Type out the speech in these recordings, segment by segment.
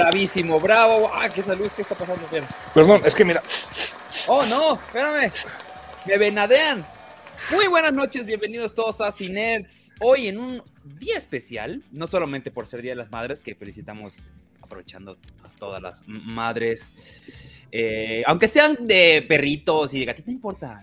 Bravísimo, bravo. ¡Ah, qué salud! ¿Qué está pasando? Bien. Perdón, es que mira. ¡Oh, no! Espérame. Me venadean. Muy buenas noches, bienvenidos todos a Cinerds. Hoy en un día especial, no solamente por ser Día de las Madres, que felicitamos aprovechando a todas las madres, aunque sean de perritos y de gatitos, no importa.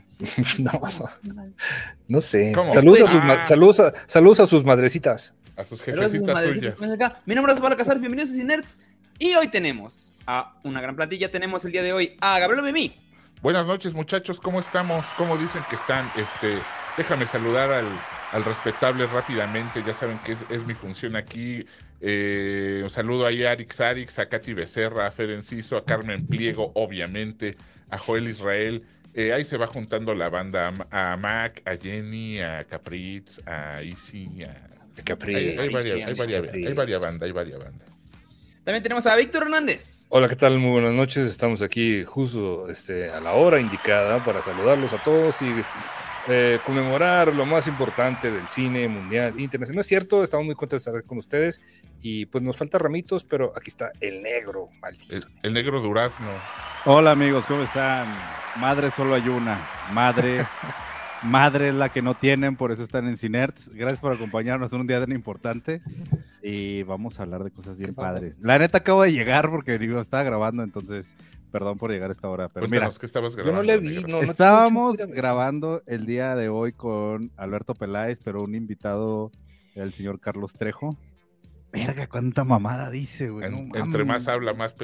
No sé. ¿Cómo? Saludos a sus madrecitas. A sus jefecitas suyas. Mi nombre es Osvaldo Casares, bienvenidos a Cinerds. Y hoy tenemos a una gran plantilla. Tenemos el día de hoy a Gabriel Memí. Buenas noches, muchachos, ¿cómo estamos? ¿Cómo dicen que están? Déjame saludar al respetable rápidamente, ya saben que es mi función aquí. Un saludo ahí a Arix, a Katy Becerra, a Fer Enciso, a Carmen Pliego, obviamente, a Joel Israel. Ahí se va juntando la banda, a Mac, a Jenny, a Capritz, a Easy, a Capritz. Hay varias bandas. También tenemos a Víctor Hernández. Hola, ¿qué tal? Muy buenas noches. Estamos aquí justo a la hora indicada para saludarlos a todos y conmemorar lo más importante del cine mundial internacional. No es cierto, estamos muy contentos de estar con ustedes y pues nos falta Ramitos, pero aquí está el negro, maldito. El negro durazno. Hola amigos, ¿cómo están? Madre solo hay una. Madre es la que no tienen, por eso están en Cinerds. Gracias por acompañarnos en un día tan importante. Y vamos a hablar de cosas bien padres. La neta acabo de llegar porque estaba grabando, entonces perdón por llegar a esta hora. Pero Cuéntanos, mira, ¿qué estabas grabando? Yo no le vi, estábamos grabando el día de hoy con Alberto Peláez, pero un invitado era el señor Carlos Trejo. Verga, cuánta mamada dice, güey. Entre más habla, más...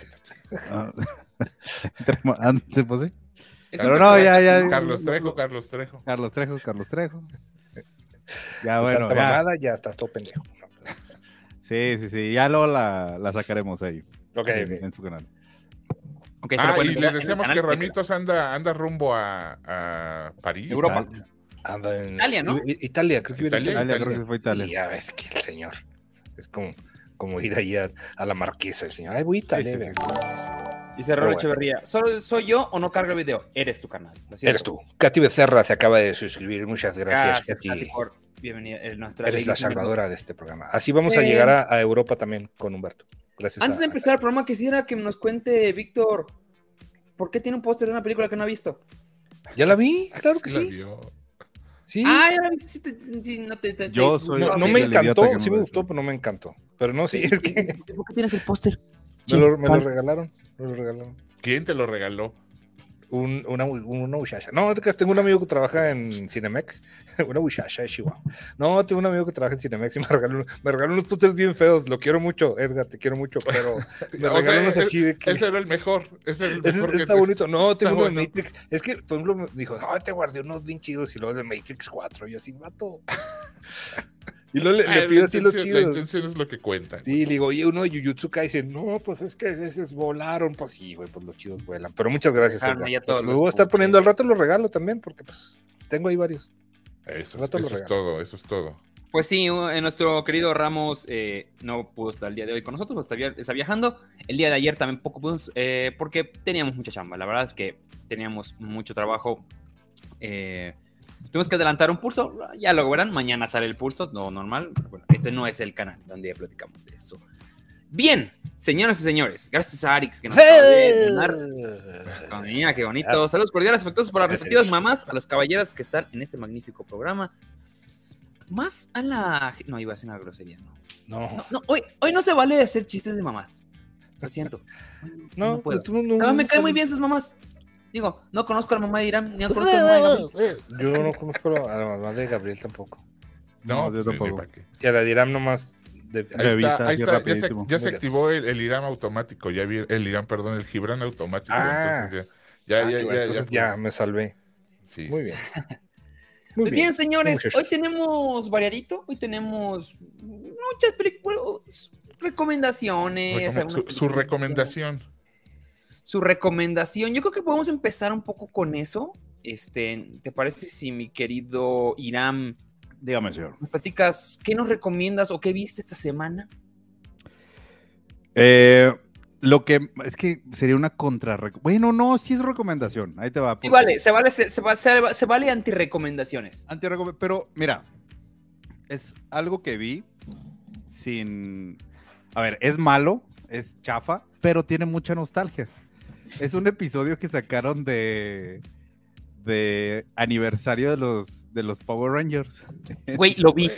¿Se posee? Pero no, ya. Carlos Trejo. Ya, bueno. Tanta mamada, ya estás todo pendejo. Sí. Ya luego la sacaremos ahí. Ok. En su canal. Okay, y les decíamos que Ramitos anda rumbo a París. Europa. Anda en Italia, ¿no? Italia, creo que Creo que fue Italia. Ya ves que el señor es como ir ahí a la Marquesa, el señor. Ay, voy a Italia. Sí. Dice Raúl Echeverría, ¿solo soy yo o no carga el video? Eres tu canal. Eres tú. Katy Becerra se acaba de suscribir. Muchas gracias, Katy, por bienvenida. Eres la salvadora de este programa. Así vamos a llegar a Europa también con Humberto. Gracias. Antes de empezar el programa, quisiera que nos cuente, Víctor, ¿por qué tiene un póster de una película que no ha visto? ¿Ya la vi? Claro que sí. Sí. Ah, ya la vi. Sí, no me encantó, sí me gustó, pero no me encantó. Pero no, sí, es que... ¿Por qué tienes el póster? Me lo regalaron. ¿Quién te lo regaló? Una muchacha. No, tengo un amigo que trabaja en Cinemex. Una muchacha de Chihuahua. No, tengo un amigo que trabaja en Cinemex y me regaló unos pósters bien feos. Lo quiero mucho, Edgar, te quiero mucho, pero me regaló unos así de que... Ese era el mejor. Ese está bonito. No, tengo uno de Matrix. Es que, por ejemplo, me dijo, no, te guardé unos bien chidos y luego de Matrix 4. Y yo así, vato. Y luego le pido así los chidos. La intención es lo que cuenta. Sí, le digo, y uno de Jujutsu Kaisen, no, pues es que a veces volaron. Pues sí, güey, pues los chidos vuelan. Pero muchas gracias, me voy a estar poniendo al rato los regalo también, porque pues tengo ahí varios. Eso es todo. Pues sí, nuestro querido Ramos no pudo estar el día de hoy con nosotros, está viajando. El día de ayer también poco pudimos, porque teníamos mucha chamba. La verdad es que teníamos mucho trabajo. Tuvimos que adelantar un pulso, ya lo verán, mañana sale el pulso, no normal. Bueno, este no es el canal donde platicamos de eso. Bien, señoras y señores, gracias a Arix que nos acaba de donar. Mira, qué bonito. Saludos cordiales, afectuosos por las respectivas mamás, a los caballeros que están en este magnífico programa. Más a la... No, iba a ser una grosería, no, hoy no se vale hacer chistes de mamás. Lo siento. No puedo. Me caen muy bien sus mamás. Digo, no conozco a la mamá de Irán, ni conozco a la mamá de Gabriel. Yo no conozco a la mamá de Gabriel tampoco. No, yo tampoco. Y a la de Irán nomás... Ahí está, ya se activó el Irán automático, el Gibran automático. Entonces ya me salvé. Sí. Muy bien. Muy bien, señores, hoy tenemos variadito, hoy tenemos muchas películas, recomendaciones. Su recomendación. Su recomendación, yo creo que podemos empezar un poco con eso. ¿Te parece si mi querido Irán... Dígame, señor. ¿Nos platicas qué nos recomiendas o qué viste esta semana? Lo que es que sería una bueno, no, sí es recomendación. Ahí te va. Sí, vale, se vale antirecomendaciones. Pero mira, es algo que vi sin... A ver, es malo, es chafa, pero tiene mucha nostalgia. Es un episodio que sacaron de aniversario de los Power Rangers. Güey, lo vi.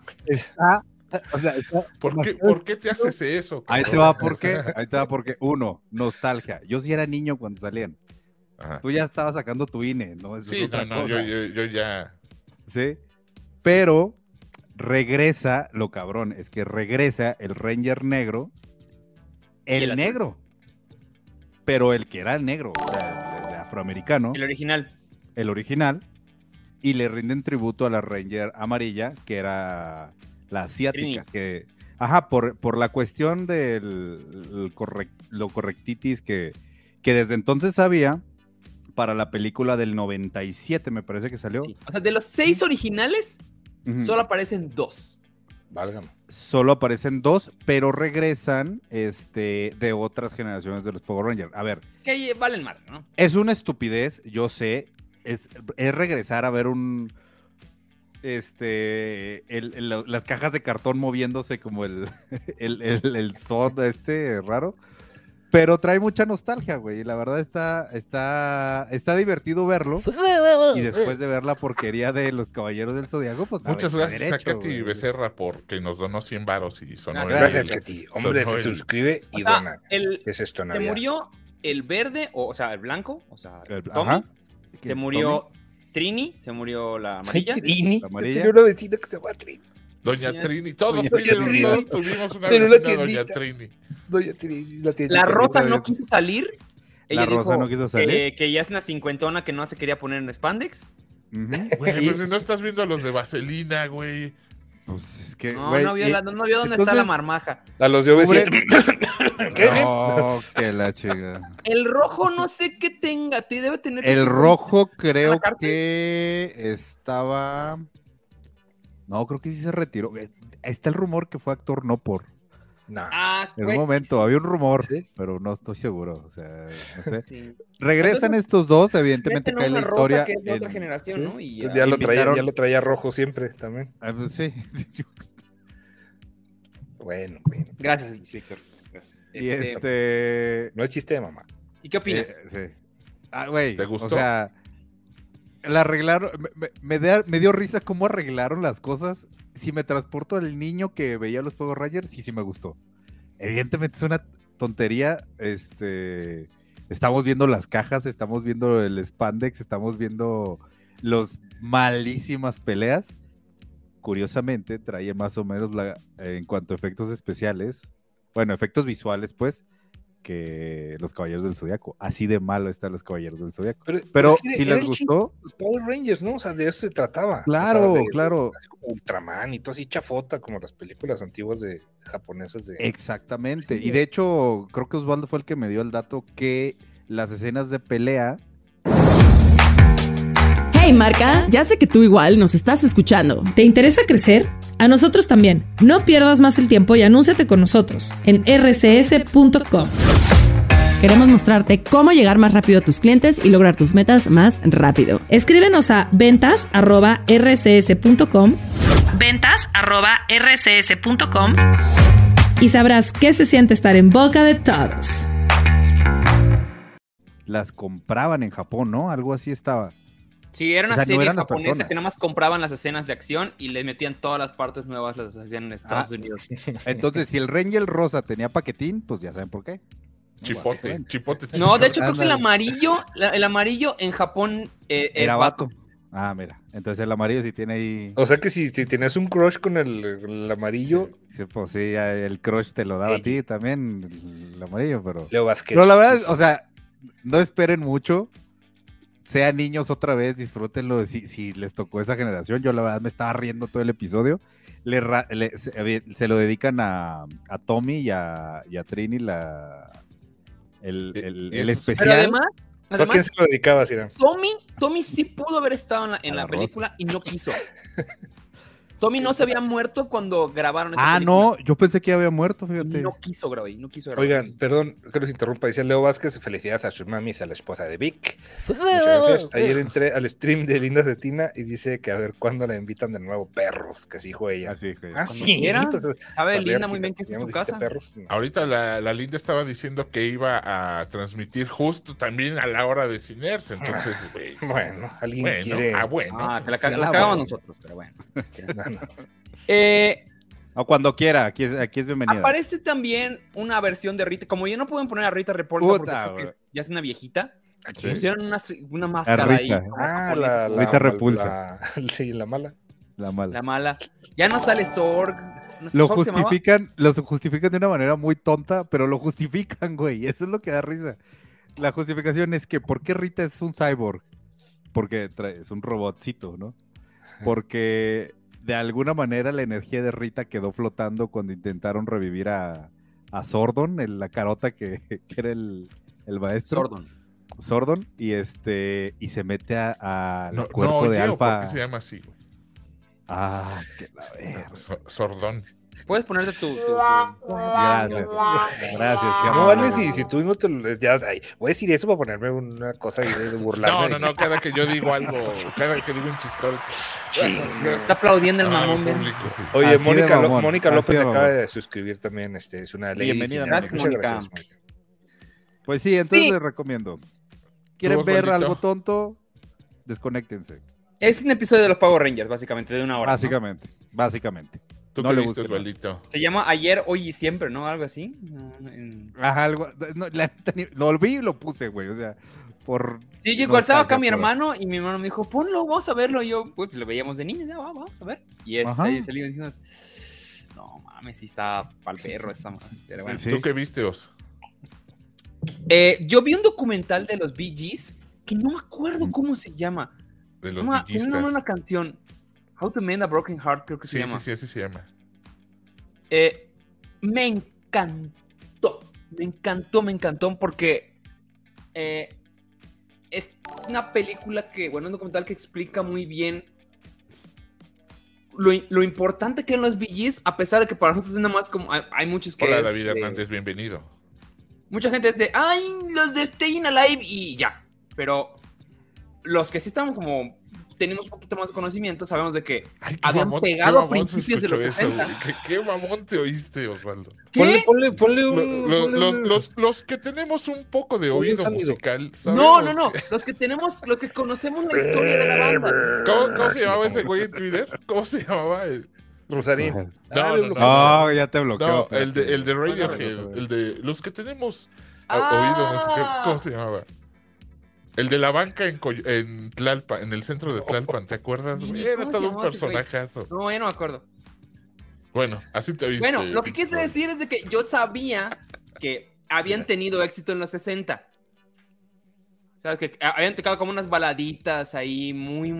O sea, ¿Por qué te haces eso? Ahí te va porque, uno, nostalgia. Yo sí era niño cuando salían. Ajá. Tú ya estabas sacando tu INE, ¿no? Eso Sí, es otra no, cosa. yo ya... Sí, pero regresa, lo cabrón, es que regresa el Ranger negro, el el azul. negro, pero el que era el negro, o sea, el afroamericano, El original. el original, y le rinden tributo a la Ranger amarilla, que era la asiática, Trini. por la cuestión del lo correctitis que desde entonces había para la película del 97, me parece que salió. Sí. O sea, de los 6 originales, Ujú. solo aparecen 2. Válgame. Solo aparecen 2, pero regresan de otras generaciones de los Power Rangers. A ver, Que ahí valen madre, ¿no? es una estupidez, yo sé. Es regresar a ver las cajas de cartón moviéndose como el Zod raro. Pero trae mucha nostalgia, güey. La verdad está divertido verlo. Y después de ver la porquería de los Caballeros del Zodiaco, pues Muchas está gracias a derecho, Katy güey. Becerra porque nos donó 100 varos y sonó Gracias, el- Katy. Hombre, sonó se el- suscribe y O sea, dona. el- ¿Qué es esto, se Navidad? murió el verde, o sea, el blanco, o sea, Tommy. Ajá. Se murió Trini, se murió la amarilla. Trini. La amarilla. Yo tenía una vecina que se llama Trini. Doña Doña- Trini. Todos Doña Trini. tuvimos una Pero la vecina Doña tiendita. Trini. Doña Trini. La, La Rosa no quiso salir. La Ella Rosa dijo no quiso salir. que ya es una cincuentona que no se quería poner en spandex. Ujú. Güey, Y- pero si no estás viendo a los de Vaselina, güey. Pues es que, No, güey, no vio, y- no vio dónde está entonces- la marmaja. A los de OV7. ¿Qué? No, que la chica. El rojo no sé qué tenga, te debe tener. El rojo creo la carta? que estaba... No, creo que sí se retiró. Está el rumor que fue actor no por... Nah. Ah, En un güey, momento, sí. había un rumor, ¿Sí? pero no estoy seguro. O sea, no sé. Sí. Regresan Entonces, estos dos, evidentemente Meten cae la una historia. rosa que es de otra en- generación, Sí, ¿no? Y pues ya invitaron- lo traía rojo siempre también. Ah, pues sí. Bueno. Gracias, Víctor. Gracias. Y No es chiste de mamá. ¿Y qué opinas? sí. Ah, güey. ¿Te gustó? O sea, la arreglaron. Me dio risa cómo arreglaron las cosas. Si me transporto al niño que veía los Power Rangers, sí me gustó. Evidentemente es una tontería. Estamos viendo las cajas, estamos viendo el spandex, estamos viendo los malísimas peleas. Curiosamente, trae más o menos en cuanto a efectos especiales, bueno, efectos visuales, pues, que los Caballeros del Zodiaco. Así de malo están los Caballeros del Zodiaco. Pero es que si era les el chiste gustó, de los Power Rangers, ¿no? O sea, de eso se trataba. Claro, O sea, claro. Así como Ultraman y todo así chafota, como las películas antiguas japonesas de... exactamente. Y de hecho, creo que Osvaldo fue el que me dio el dato que las escenas de pelea. Hey Marca, ya sé que tú igual nos estás escuchando. ¿Te interesa crecer? A nosotros también. No pierdas más el tiempo y anúnciate con nosotros en rcs.com. Queremos mostrarte cómo llegar más rápido a tus clientes y lograr tus metas más rápido. Escríbenos a ventas@rcs.com. ventas@rcs.com y sabrás qué se siente estar en boca de todos. Las compraban en Japón, ¿no? Algo así estaba. Sí, era una O sea, no serie eran las japonesa personas. que nada más compraban las escenas de acción y le metían todas las partes nuevas, las hacían en Estados Unidos. Entonces, si el Ranger rosa tenía paquetín, pues ya saben por qué. Chipote. No, de hecho creo que el Ándale. amarillo en Japón Era es vato. Ah, mira. Entonces el amarillo sí tiene ahí. O sea que si tenías un crush con el amarillo, Sí, pues sí, el crush te lo daba a ti también, el amarillo, pero. Leo Vázquez. Pero la verdad, Sí. o sea, no esperen mucho. Sean niños otra vez, disfrútenlo si les tocó esa generación. Yo la verdad me estaba riendo todo el episodio. Se lo dedican a Tommy y a Trini el Eso. especial. Pero además, ¿Tú a quién se lo dedicabas, Ira? Tommy sí pudo haber estado en A la la película y no quiso. Tommy no se había muerto cuando grabaron esa Ah, película. no, yo pensé que ya había muerto, fíjate. No quiso grabar. Oigan, perdón que los interrumpa. Dice Leo Vázquez, felicidades a sus mamis, a la esposa de Vic. Muchas gracias. Ayer entré al stream de Lindas de Tina y dice que a ver cuándo la invitan de nuevo perros, que así dijo ella. Así que. Ah, Cuando sí. quiera. Pues, Sabe saber, Linda muy bien que esta es digamos, su dijiste casa. perros. No. Ahorita la Linda estaba diciendo que iba a transmitir justo también a la hora de Ciners, entonces, güey. Bueno, alguien Bueno, quiere. bueno. Ah, que la Sí, cagamos bueno. nosotros, pero bueno. No, no. O cuando quiera, aquí es bienvenida. Aparece también una versión de Rita. Como ya no pueden poner a Rita Repulsa porque Puta, creo que güey. ya es una viejita, Sí. pusieron una máscara ahí. Rita. como Ah, japonesa. Rita Repulsa. Sí, la mala. La mala. La mala. Ya no sale Sorg. No sé, Lo ¿Sorg se llamaba? justifican de una manera muy tonta, pero lo justifican, güey. Eso es lo que da risa. La justificación es que, ¿por qué Rita es un cyborg? Porque es un robotcito, ¿no? Porque de alguna manera la energía de Rita quedó flotando cuando intentaron revivir a Sordon, la carota que era el maestro. Sordon, y se mete al No, cuerpo no, de Geo, Alpha. ¿por qué se llama así, güey? Ah, qué la verga. Sordón. Puedes ponerte tu... Gracias. Gracias, qué No, amable. vale, si tú no te lo... Ya, ay, voy a decir eso para ponerme una cosa y de burlarme. No, cada que yo digo algo, cada que digo un chistón. Está aplaudiendo el Ah, mamón. ven. público, sí. Oye, Así de Mónica, mamón, Mónica así López de acaba mamón. de suscribir también, es una ley. Bienvenida, Muchas Mónica. gracias, Mónica. Pues sí, entonces Sí. les recomiendo. ¿Quieren ¿Tú, ver Osvaldito? algo tonto? Desconéctense. Es un episodio de los Power Rangers, básicamente, de una hora. ¿no? Básicamente. ¿Tú No qué le viste, busques más. Osvaldito? Se llama Ayer, Hoy y Siempre, ¿no? Algo así. Ajá, algo. No, la neta lo vi y lo puse, güey. O sea, por. Sí, yo igual estaba acá nostalgia mi pura. hermano y mi hermano me dijo, ponlo, vamos a verlo. Y yo, pues lo veíamos de niños, ya, vamos a ver. Y Ajá. ahí salí diciendo, no mames, sí está pa'l perro esta madre. Pero bueno. Sí. ¿Tú qué viste, Os? Yo vi un documental de los Bee Gees que no me acuerdo cómo se llama. De los Tiene villistas. una canción. How to Mend a Broken Heart, creo que se Sí, llama. sí, sí, así se llama. Me encantó. Me encantó porque es una película que, bueno, un documental que explica muy bien lo importante que eran los Bee Gees, a pesar de que para nosotros es nada más como hay muchos que Hola, es, David Hernández, bienvenido. mucha gente es de, ay, los de Staying Alive y ya. Pero los que sí estamos como, tenemos un poquito más de conocimiento, sabemos de que Ay, qué habían mamón, pegado qué a mamón se principios de los escuchó eso, 60. güey. ¿Qué mamón te oíste, Osvaldo? ¿Qué? Ponle un... Los que tenemos un poco de Ponle oído sonido. musical. No, sabemos no. que- Los que conocemos la historia de la banda. ¿Cómo se llamaba ese güey en Twitter? ¿Cómo se llamaba? Rosarín. No, Dale, no, bloqueo. No, ya te bloqueó. No, espérate. el de Apágalo, Radiohead. güey. El de los que tenemos Ah. oído musical. ¿Cómo se llamaba? El de la banca en Tlalpan, en el centro de Tlalpan, ¿te acuerdas? Sí, güey? Era ¿cómo se todo un llamaba ese güey? personajazo. No, ya no me acuerdo. Bueno, así te oíste. Bueno, lo que pinche quise decir es de que yo sabía que habían tenido éxito en los 60. O sea, que habían tocado como unas baladitas ahí muy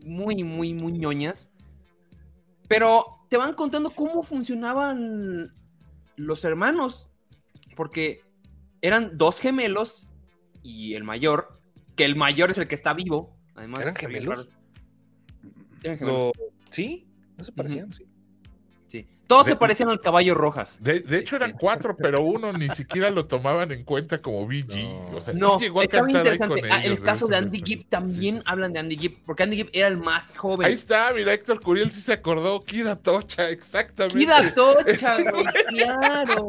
ñoñas. Pero te van contando cómo funcionaban los hermanos. Porque eran dos gemelos y el mayor, que el mayor es el que está vivo. Además, ¿Eran está bien gemelos? raro. Eran gemelos. ¿Sí? ¿No se parecían? Sí. Sí. Todos De- se parecían al caballo Rojas. De hecho eran 4, pero uno ni siquiera lo tomaban en cuenta como BG. No. O sea, No, sí llegó a está muy cantar ahí con interesante. ellos. El caso de vez en Andy cuando. Gibb también Sí. hablan de Andy Gibb, porque Andy Gibb era el más joven. Ahí está, mira, Héctor Curiel sí se acordó. Kida Tocha, exactamente. Kida Tocha, Ese güey, claro.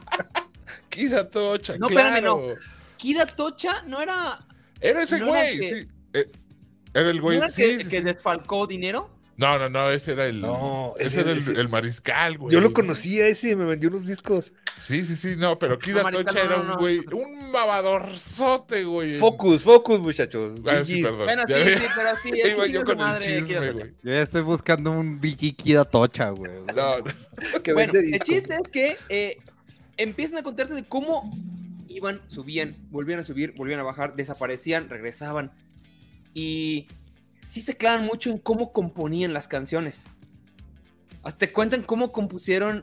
Kida Tocha, No, claro. espérame, Kida Tocha no era, Era ese ¿No era güey, que- sí. Era el ¿no güey. era sí, que, sí, que sí. desfalcó dinero. No, ese era el. No, ese era ese- el mariscal, güey. Yo lo conocía ese, me vendió unos discos. Sí, no, pero Kida Mariscal, Tocha era no, un no. güey, un mamadorzote, güey. Focus, muchachos. Ah, Bee sí, Gees. perdón. Bueno, Ya sí, ve- sí, pero sí, es Iba que yo chinga con su madre, el Kida chisme, Tocha. güey. Yo ya estoy buscando un Vicky Kida Tocha, güey. No, Que Bueno, vende el discos. chiste es que empiezan a contarte de cómo iban, subían, volvían a subir, volvían a bajar, desaparecían, regresaban. Y sí se clavan mucho en cómo componían las canciones. Hasta te cuentan cómo compusieron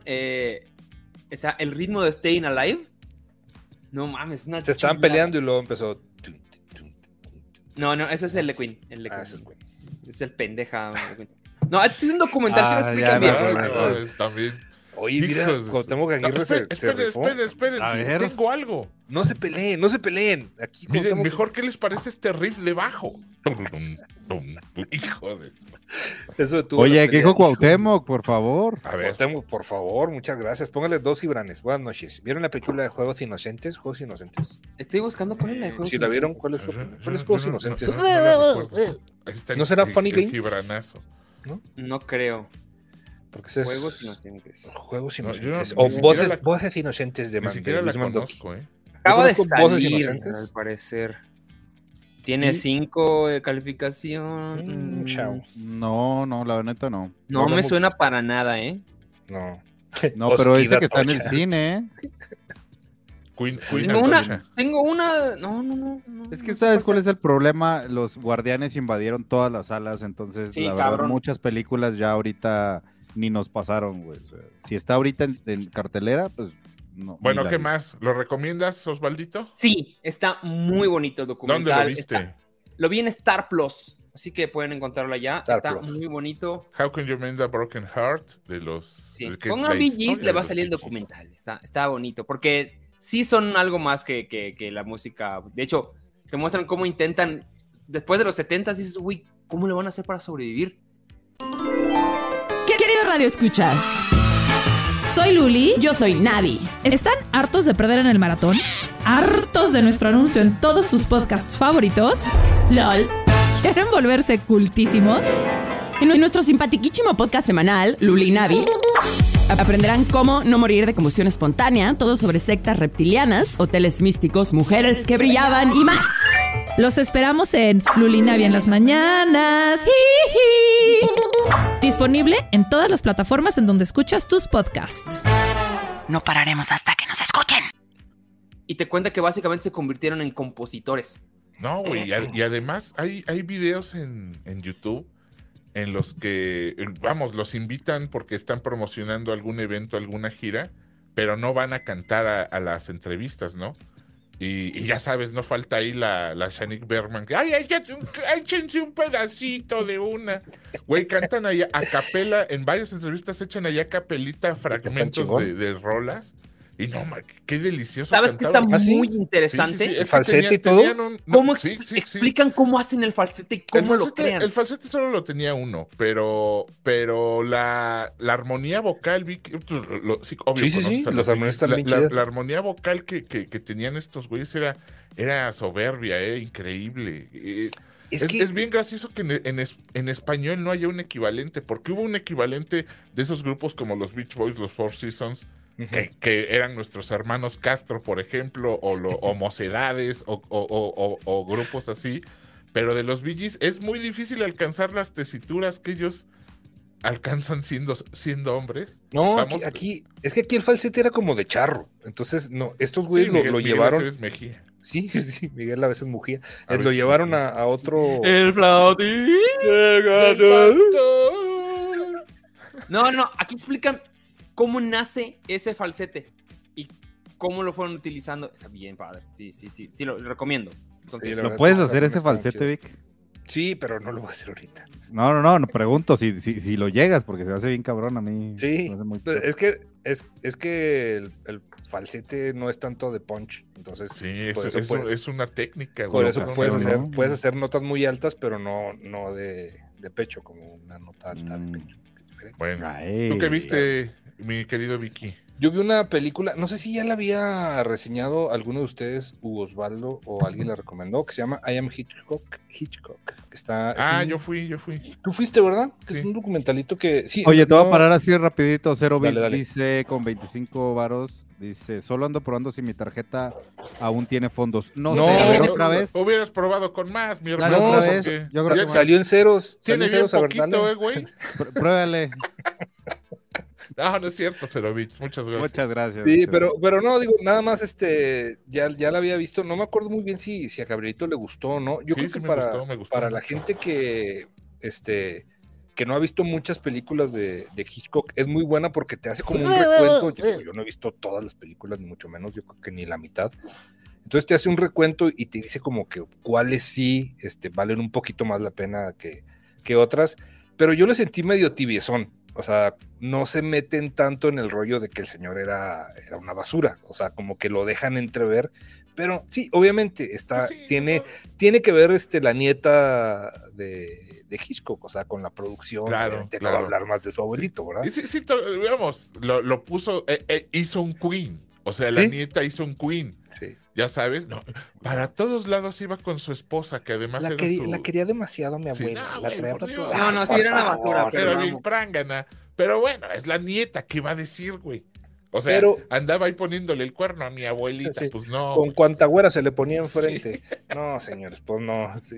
el ritmo de Staying Alive. No mames, es una Se estaban chulada. peleando y luego empezó. No, ese es el de Queen. El de Ah, Queen. ese es güey. Es el pendeja. de Queen. No, este es un documental, se lo explican ya bien. me acordé. También. Oye, mira, Hijos de Cuauhtémoc su- Aguirre No, se esperen, rifó. esperen. A Sí, ver. tengo algo. No se peleen. Aquí Miren, Cuauhtémoc- mejor que les parece este riff de bajo. Hijo de... Eso detuvo Oye, la ¿qué pelea. dijo Cuauhtémoc, por favor? A ver. Cuauhtémoc, por favor, muchas gracias. Póngale 2 gibranes. Buenas noches. ¿Vieron la película de Juegos Inocentes? Juegos Inocentes. Estoy buscando cuál es la de Juegos Si la vieron, Inocentes. ¿cuál es su opinión? ¿Cuál es Juegos Inocentes? No la recuerdo. Ahí está ¿No será Funny el Game? gibranazo. No creo. Porque ese es Juegos Inocentes. Juegos No, yo Inocentes. no- o ni siquiera la- voces Inocentes de Ni Man- siquiera de la Luis Mandoki. conozco, Acaba de conozco Voces salir, Inocentes. al parecer. Tiene ¿Y? 5 de calificación. Chao. No, la neta no. No No me hablamos- suena para nada, ¿eh? No. No, pero dice Osquida que está en el Tocha. cine, ¿eh? Queen Tengo una. No. Es que ¿sabes cuál es el problema? Los guardianes invadieron todas las salas, entonces Sí, la verdad cabrón. muchas películas ya ahorita ni nos pasaron, güey. O sea, si está ahorita en cartelera, pues no. Bueno, ni la ¿qué vi. más? ¿Lo recomiendas, Osvaldito? Sí, está muy bonito el documental. ¿Dónde lo viste? Lo vi en Star Plus, así que pueden encontrarlo allá. Star Está Plus. muy bonito. How Can You Mend a Broken Heart? De los... Sí. que es Pongan la Bee Gees, historia le va a de salir el los Bee Gees. documental. Está bonito, porque sí son algo más que la música. De hecho, te muestran cómo intentan, después de los 70s, dices, uy, ¿cómo le van a hacer para sobrevivir? Querido Radio Escuchas, Soy Luli. yo soy Navi. ¿Están hartos de perder en el maratón? ¿Hartos de nuestro anuncio en todos sus podcasts favoritos? LOL. ¿Quieren volverse cultísimos? En nuestro simpatiquísimo podcast semanal, Luli y Navi, aprenderán cómo no morir de combustión espontánea, todo sobre sectas reptilianas, hoteles místicos, mujeres que brillaban y más. Los esperamos en Lulinavia en las mañanas. Disponible en todas las plataformas en donde escuchas tus podcasts. No pararemos hasta que nos escuchen. Y te cuenta que básicamente se convirtieron en compositores. No, güey, y además hay videos en YouTube en los que, vamos, los invitan porque están promocionando algún evento, alguna gira, pero no van a cantar a las entrevistas, ¿no? Y ya sabes, no falta ahí la Shanique Berman, que ¡ay, échense un pedacito de una! Güey, cantan ahí a capela, en varias entrevistas echan allá a capelita fragmentos chingón. de rolas. Y no, qué delicioso. ¿Sabes qué está cantaban. ¿Ah, sí? muy interesante? Sí, ¿El es que falsete y todo? ¿Cómo sí. explican cómo hacen el falsete y cómo lo crean? El falsete solo lo tenía uno, pero la armonía vocal, sí, obvio, Sí, conoces a las armonías están bien la chidas. armonía vocal que tenían estos güeyes era soberbia, increíble. Es bien gracioso que en español no haya un equivalente, porque hubo un equivalente de esos grupos como los Beach Boys, los Four Seasons, que eran nuestros hermanos Castro, por ejemplo, o Mocedades, o grupos así, pero de los Bee Gees es muy difícil alcanzar las tesituras que ellos alcanzan siendo hombres. No, Vamos. aquí es que aquí el falsete era como de charro. Entonces, no, estos Sí, güeyes lo Miguel llevaron. Aceves Mejía. Sí, Miguel a veces mugía. A Lo veces llevaron mugía. a otro. El flautín. No, aquí explican cómo nace ese falsete y cómo lo fueron utilizando. Está bien, padre. Sí, lo recomiendo. Entonces, Sí, la ¿Lo verdad puedes es que hacer ese está muy falsete, chido. Vic? Sí, pero no lo voy a hacer ahorita. No, pregunto si lo llegas, porque se me hace bien cabrón a mí. Sí, se me hace muy pues, es que el falsete no es tanto de punch. Entonces, Sí, por eso puedes- es una técnica, por güey. eso cabrón. puedes hacer notas muy altas, pero no de pecho, como una nota alta de pecho. que es diferente. Bueno, Ay. ¿tú qué viste, mi querido Vicky? Yo vi una película, no sé si ya la había reseñado alguno de ustedes, u Osvaldo, o alguien la recomendó, que se llama I Am Hitchcock, que está... es un- Yo fui. Tú fuiste, ¿verdad? Que Sí. es un documentalito que... Sí, Oye, te voy a no- parar así rapidito. Cero Dale, Bits dale. dice con 25 varos. Dice, solo ando probando si mi tarjeta aún tiene fondos. No, No, sé, a ver no, otra vez. Hubieras probado con más, mi Dale hermano. otra no, vez. porque Yo creo que Salió en ceros. tiene Salió en bien ceros, a ver, poquito, dale. güey. Pruébale. No es cierto, Cerovich. Muchas gracias. Muchas gracias. Sí, muchas pero no, digo, nada más ya la había visto, no me acuerdo muy bien si a Gabrielito le gustó o no. Yo Sí, creo sí que me para, gustó, me gustó para la mucho. gente que no ha visto muchas películas de Hitchcock, es muy buena porque te hace como un recuento. Yo no he visto todas las películas, ni mucho menos, yo creo que ni la mitad. Entonces te hace un recuento y te dice como que cuáles sí valen un poquito más la pena que otras. pero yo le sentí medio tibiezón. O sea, no se meten tanto en el rollo de que el señor era una basura. O sea, como que lo dejan entrever. Pero sí, obviamente tiene que ver la nieta de Hitchcock, o sea, con la producción. Claro. No va a hablar más de su abuelito, ¿verdad? Sí, digamos, lo puso, hizo un Queen. O sea, la nieta hizo un Queen. Sí. Ya sabes, no, para todos lados iba con su esposa, que además la quería demasiado mi abuela. Sí, la traía para todo. No, sí, era una basura. Era bien prángana. Pero bueno, es la nieta, ¿qué va a decir, güey? O sea, andaba ahí poniéndole el cuerno a mi abuelita, sí, pues no. Con cuanta güera se le ponía enfrente. Sí. No, señores, pues no. Sí,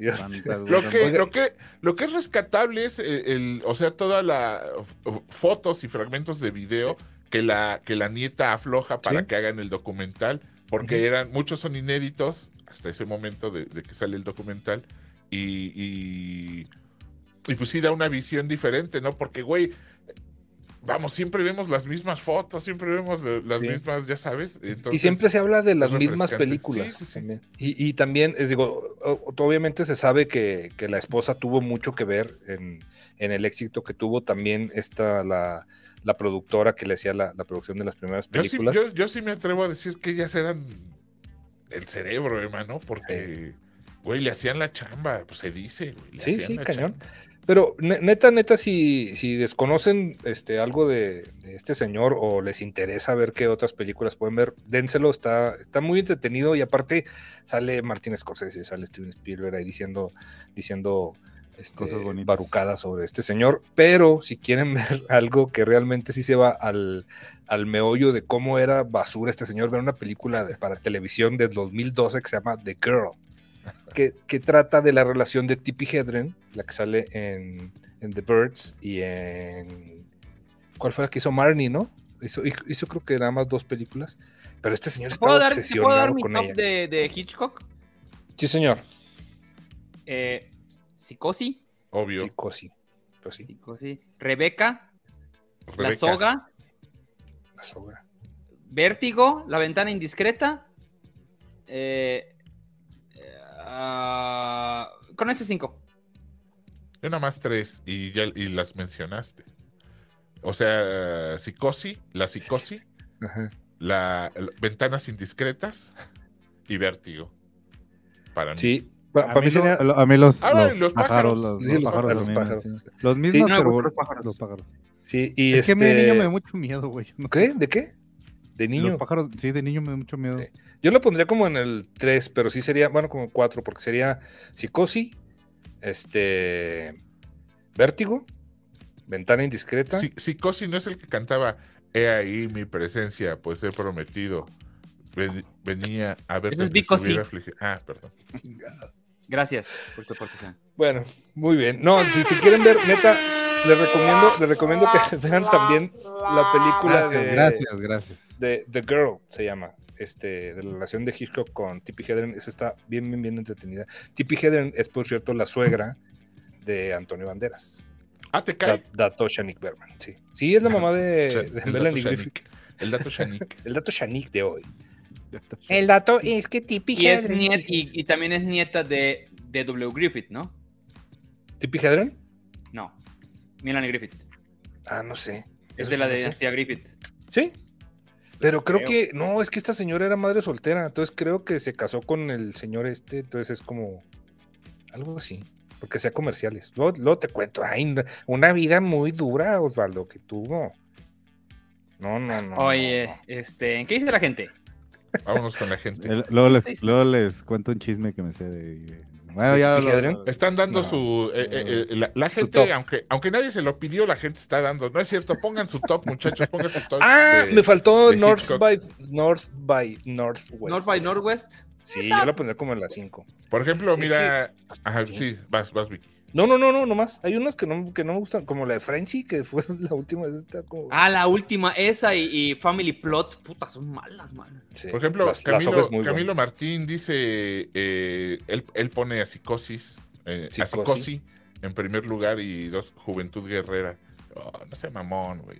lo que es rescatable es o sea, todas las fotos y fragmentos de video que la nieta afloja para que hagan el documental, porque muchos son inéditos hasta ese momento de que sale el documental, y pues sí da una visión diferente, ¿no? Porque, güey, vamos, siempre vemos las mismas fotos, siempre vemos las mismas, ya sabes. Entonces, y siempre se habla de las mismas películas. Sí. También. Y también, obviamente se sabe que la esposa tuvo mucho que ver en el éxito que tuvo. También la productora que le hacía la producción de las primeras películas. Yo sí me atrevo a decir que ellas eran el cerebro, hermano, porque, güey, le hacían la chamba, pues se dice, güey. Sí, cañón. Chamba. Pero neta, si desconocen algo de este señor o les interesa ver qué otras películas pueden ver, dénselo, está muy entretenido, y aparte sale Martin Scorsese, sale Steven Spielberg ahí diciendo barucadas sobre este señor. Pero si quieren ver algo que realmente sí se va al meollo de cómo era basura este señor, ver una película para televisión del 2012 que se llama The Girl, que trata de la relación de Tippi Hedren, la que sale en The Birds, y en... ¿Cuál fue la que hizo Marnie, no? Hizo creo que nada más 2 películas, pero este señor estaba obsesionado con ella. De Hitchcock? Sí, señor. Psicosis. Obvio. Psicosis. Pues sí. Psicosis. Rebeca. La soga. Vértigo. La ventana indiscreta. Con ese 5. Yo nada más 3 y las mencionaste. O sea, Psicosis, la Psicosis, la Ventanas indiscretas y Vértigo. Para mí. Sí. Para mí sería... A mí los pájaros. Los pájaros. Sí. Los mismos, sí, pero los pájaros. Sí, y es que a mí de niño me da mucho miedo, güey. No sé. ¿De qué? De niño. Los pájaros, sí, de niño me da mucho miedo. Sí. Yo lo pondría como en el 3, pero sí sería, bueno, como 4, porque sería Psicosis, Vértigo, Ventana indiscreta. Psicosis no es el que cantaba "He ahí mi presencia, pues he prometido. Venía a ver". Eso es Psicosis. Perdón. Gracias por tu aportación. Bueno, muy bien. No, si quieren ver, neta, les recomiendo que vean también la película Gracias. de The Girl, se llama. De la relación de Hitchcock con Tippi Hedren. Esa está bien entretenida. Tippi Hedren es, por cierto, la suegra de Antonio Banderas. ¿Te cae? Dato Shanik Berman, sí. Sí, es la mamá de Melanie Griffith. El dato Shanik. El dato Shanik de hoy. El dato es que Tippi Hedren... Y también es nieta de W. Griffith, ¿no? ¿Tippi Hedren? No. Melanie Griffith. No sé. Es de la dinastía Griffith. ¿Sí? Pero creo que... No, es que esta señora era madre soltera. Entonces creo que se casó con el señor entonces es como... algo así. Porque sea comerciales. Luego te cuento. Ay, una vida muy dura, Osvaldo, que tuvo. No. Oye, ¿en qué dice la gente? Vámonos con la gente. Luego les cuento un chisme que me sé de... Bueno, ya están dando su... la gente, aunque nadie se lo pidió, la gente está dando. No es cierto, pongan su top, muchachos, pongan su top. Me faltó North by Northwest. Sí, yo la pondré como en la 5. Por ejemplo, mira... sí, vas, Vicky. No, nomás. Hay unas que no me gustan, como la de Frenzy, que fue la última. Como... la última, esa y Family Plot, puta, son malas. Sí. Por ejemplo, Camilo Martín dice, él pone a Psicosis, a Psicosis en primer lugar y 2, Juventud Guerrera. No sé, mamón, güey.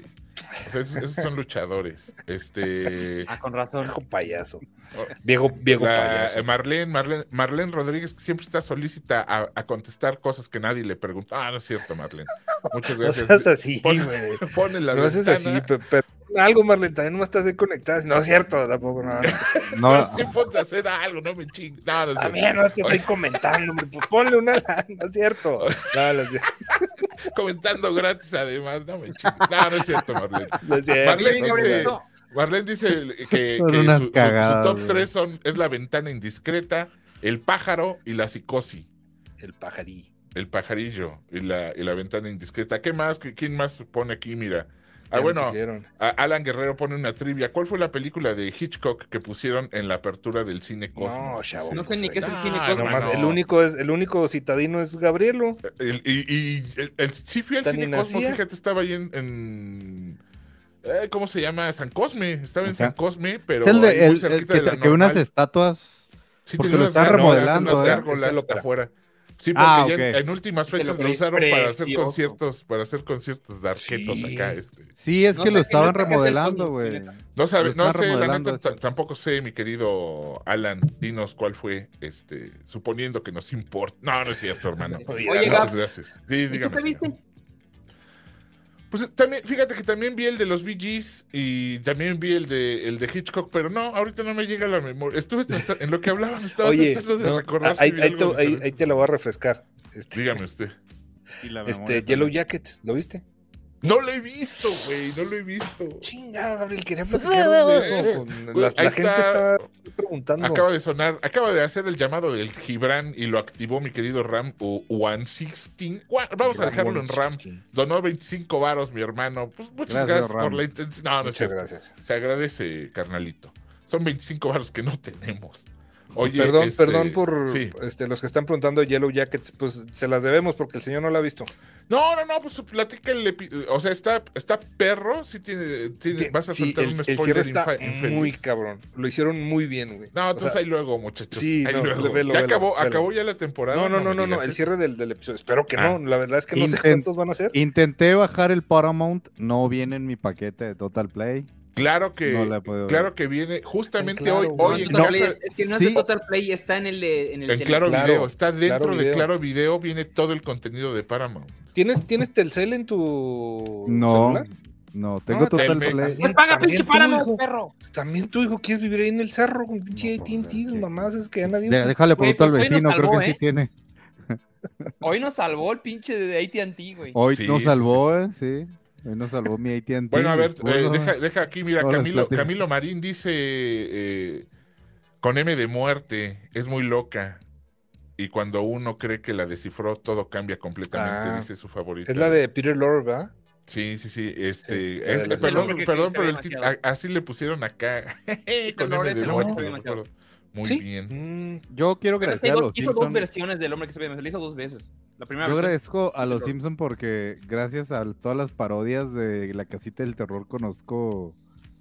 O sea, esos son luchadores. Con razón. Viejo payaso. Oh, Viejo payaso. Marlene Rodríguez siempre está solícita a contestar cosas que nadie le pregunta. No es cierto, Marlene. Muchas No gracias. seas así, Pon- güey. Pone la No haces ventana. así, pero algo, Marlene, también no estás ahí conectada. No es cierto, tampoco, no. No, sí ponte a hacer algo, no me chingues. No, no es cierto. También no te estoy comentando, hombre, pues ponle una lana, no es cierto. No es cierto. Comentando gratis, además. No me chingues. No es cierto, Marlene. No es cierto. Marlene dice que Son unas su cagadas, top güey. 3 es La Ventana Indiscreta, El Pájaro y La Psicosis. El pajarí. El Pajarillo y la Ventana Indiscreta. ¿Qué más? ¿Quién más pone aquí? Mira. Ya me Bueno, quisieron. Alan Guerrero pone una trivia. ¿Cuál fue la película de Hitchcock que pusieron en la apertura del cine Cosmos? No, chavo. No sé ni qué es el cine Ah, Cosmos. Nomás no. el único citadino es Gabrielo. Sí fui al Tan cine ni Cosmos, nacía. fíjate, estaba ahí ¿cómo se llama? San Cosme. Estaba en Ajá. San Cosme, pero Es el, ahí de, muy el cerquita que, de la que unas normal. estatuas. Sí, porque tenía lo unas están gárgolas, remodelando, unas ¿eh? gárgolas Es el ópera. afuera. Sí, porque Ah, ya ok. en últimas Ese fechas lo lo vi usaron precioso. para hacer conciertos de arquetos Sí. acá. Sí, es No que sé lo qué estaban es el remodelando, Cosmos, güey. neta. No sabe, Lo no están sé, la remodelando neta eso. tampoco sé, mi querido Alan, dinos cuál fue, suponiendo que nos importa. No es cierto, hermano. Oye, Oye, Muchas Gab, gracias. Sí, ¿y tú dígame. qué viste? Pues también, fíjate que también vi el de los Bee Gees y también vi el de Hitchcock, pero no, ahorita no me llega a la memoria. En lo que hablaban, estaba Oye, tratando de no, recordar si ahí, vi ahí algo te, diferente. ahí te lo voy a refrescar. Dígame usted. Y la memoria Yellow también. Jackets, ¿lo viste? No lo he visto, güey, no lo he visto. Chinga, Gabriel, quería platicarnos de eso. Ahí La gente está preguntando. Acaba de sonar, acaba de hacer el llamado del Gibran y lo activó mi querido Ram o 116. Vamos a dejarlo en Ram. Donó 25 varos, mi hermano. Pues muchas gracias Ram. por la intención. No es Muchas cierto. gracias. Se agradece, carnalito. Son 25 varos que no tenemos. Oye, Perdón por sí. los que están preguntando de Yellow Jackets, pues se las debemos porque el señor no la ha visto. No, pues platica o sea, está perro, sí tiene vas a Sí, soltar un el spoiler cierre está infeliz. muy cabrón. Lo hicieron muy bien, güey. No, O entonces sea, ahí luego, muchachos. sí, ahí no, luego. velo, Ya velo. acabó ya la temporada. No, me digas el eso. cierre del episodio. Espero que Ah. no. La verdad es que no sé Intent- cuántos van a ser. Intenté bajar el Paramount, no viene en mi paquete de Total Play. Claro que, No la puedo claro que viene justamente Claro, hoy, güey. hoy en Total casa, Play, es que no es sí. de Total Play, está en el en Claro Claro, Video, está dentro Claro de Video. Claro Video, viene todo el contenido de Paramount. ¿Tienes Telcel en tu No, celular? no, tengo No, Total Telmex. Play. Pues paga También pinche tú, Paramount, hijo. perro. Pues también tu hijo quieres vivir ahí en el cerro con pinche No, AT&T, sí. mamás, es que ya nadie usa. Déjale Güey, preguntar al pues hoy nos vecino, creo salvó, que sí tiene. Hoy nos salvó el pinche de AT&T, güey. Hoy Sí, nos sí, salvó, sí. Hoy nos salvó mi AT&T. Bueno, a ver, Bueno, deja aquí, mira, todas las pláticas. Camilo Marín dice con M de muerte, es muy loca. Y cuando uno cree que la descifró, todo cambia completamente, dice su favorita. Es la de Peter Lorre, ¿verdad? Sí. Sí, Perdón, porque perdón, se pero ve el título, demasiado. así le pusieron acá. Con Lorre M de se lo muerte, pone me demasiado. recuerdo. Muy ¿Sí? bien. yo quiero Pero es que agradecer a los hizo dos Simpsons. versiones del hombre que se ve, me lo hizo dos veces. La primera Yo versión. agradezco a los Terror. Simpsons porque gracias a todas las parodias de La Casita del Terror conozco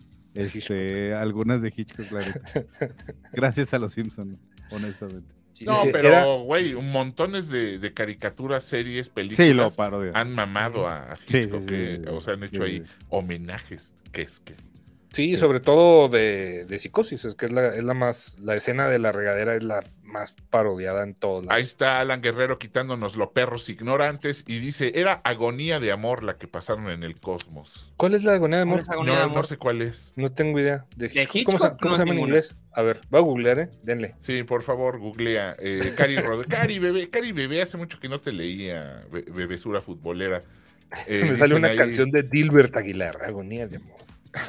algunas de Hitchcock, la neta. Gracias a los Simpsons, honestamente. Sí, No, sí, pero, era- güey, un montones de caricaturas, series, Sí, lo películas parodia. han mamado a Sí, Hitchcock. sí, sí, o sea, han hecho sí, ahí sí. homenajes. Que es que. Sí, sobre todo de Psicosis, es que es la escena de la regadera es la más parodiada en todos Ahí lados. está Alan Guerrero quitándonos los perros ignorantes y dice, era agonía de amor la que pasaron en el cosmos. ¿Cuál es la agonía de ¿Cuál amor? es Agonía de No, amor? no sé cuál es. No tengo idea. ¿De Hitchcock? ¿Cómo Hitchcock? se No, llama en ninguna. inglés? A ver, voy a googlear, denle. Sí, por favor, googlea. Cari bebé, hace mucho que no te leía, bebesura futbolera. Me sale Dicen una ahí canción de Dilbert Aguilar, agonía de amor.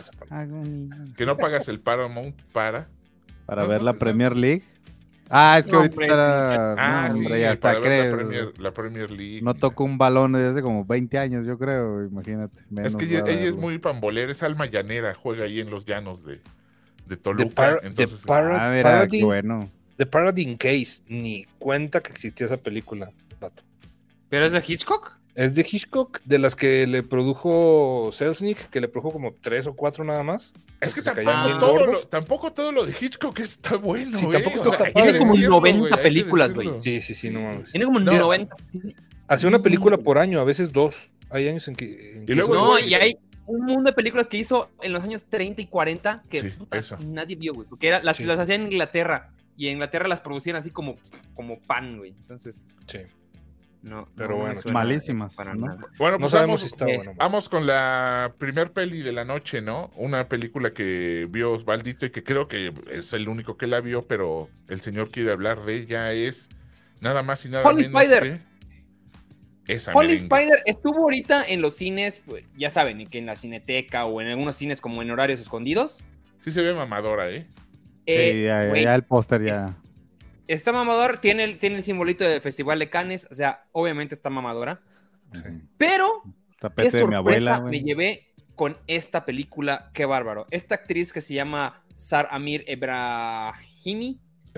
que no pagas el Paramount para... Para No, ver no, la no. Premier League. Ah, es que No, ahorita hombre, está... Ah, no, sí, hombre, ya para está, ver crees. la Premier League. No toco un balón desde hace como 20 años, yo creo, imagínate. Es menos que va a ella es verlo. muy pambolera, es alma llanera, juega ahí en los llanos de The Toluca. Entonces, Ah, mira, Parody, qué bueno. The Paradise Case, ni cuenta que existía esa película, vato. ¿Pero es de Hitchcock? Es de Hitchcock, de las que le produjo Selznick, que le produjo como 3 o 4 nada más. es que porque se caían bien tampoco gordos. todo lo de Hitchcock está bueno. Sí, tampoco O todo sea, está hay que padre. Tiene como decirlo, 90 güey, hay que películas, decirlo. güey. Sí, no mames. Tiene como No. 90. Hace una película por año, a veces 2. Hay años en que Y luego- No, y hay un mundo de películas que hizo en los años 30 y 40 que Sí, puta, eso. nadie vio, güey. Porque las Sí. hacían en Inglaterra. Y en Inglaterra las producían así como pan, güey. Entonces, Sí. no. Pero no me bueno, suena malísimas, para ¿no? nada. Bueno, No pues sabemos vamos, si está bueno. vamos con la primer peli de la noche, ¿no? Una película que vio Osvaldito y que creo que es el único que la vio, pero el señor quiere hablar de ella, es nada más y nada Holy menos Spider. que esa Holy merengue. Spider estuvo ahorita en los cines, pues, ya saben, que en la Cineteca o en algunos cines como en horarios escondidos. Sí se ve mamadora, ¿eh? Sí, ya, Güey, ya el póster ya. está mamador, tiene el simbolito del Festival de Cannes, o sea, obviamente está mamadora. Sí. Pero, qué Tapete de mi sorpresa abuela, me güey. llevé con esta película, qué bárbaro. Esta actriz que se llama Sar Amir Ebrahimi,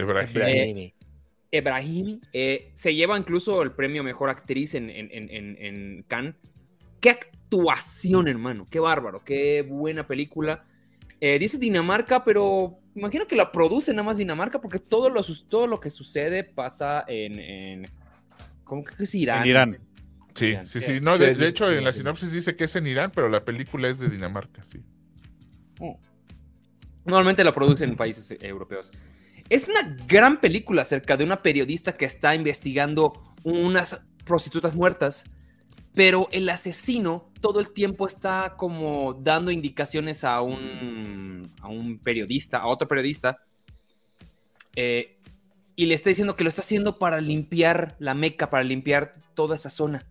Ebrahim. se lleva incluso el premio Mejor Actriz en Cannes. Qué actuación, hermano, qué bárbaro, qué buena película. Dice Dinamarca, pero imagino que la produce nada más Dinamarca porque todo lo que sucede pasa en ¿cómo que es Irán? En Irán. Sí, Irán. sí, sí. No, de hecho, en la sí. sinopsis dice que es en Irán, pero la película es de Dinamarca, sí. Normalmente la producen en países europeos. Es una gran película acerca de una periodista que está investigando unas prostitutas muertas, pero el asesino todo el tiempo está como dando indicaciones a un periodista, a otro periodista, y le está diciendo que lo está haciendo para limpiar la Meca, para limpiar toda esa zona.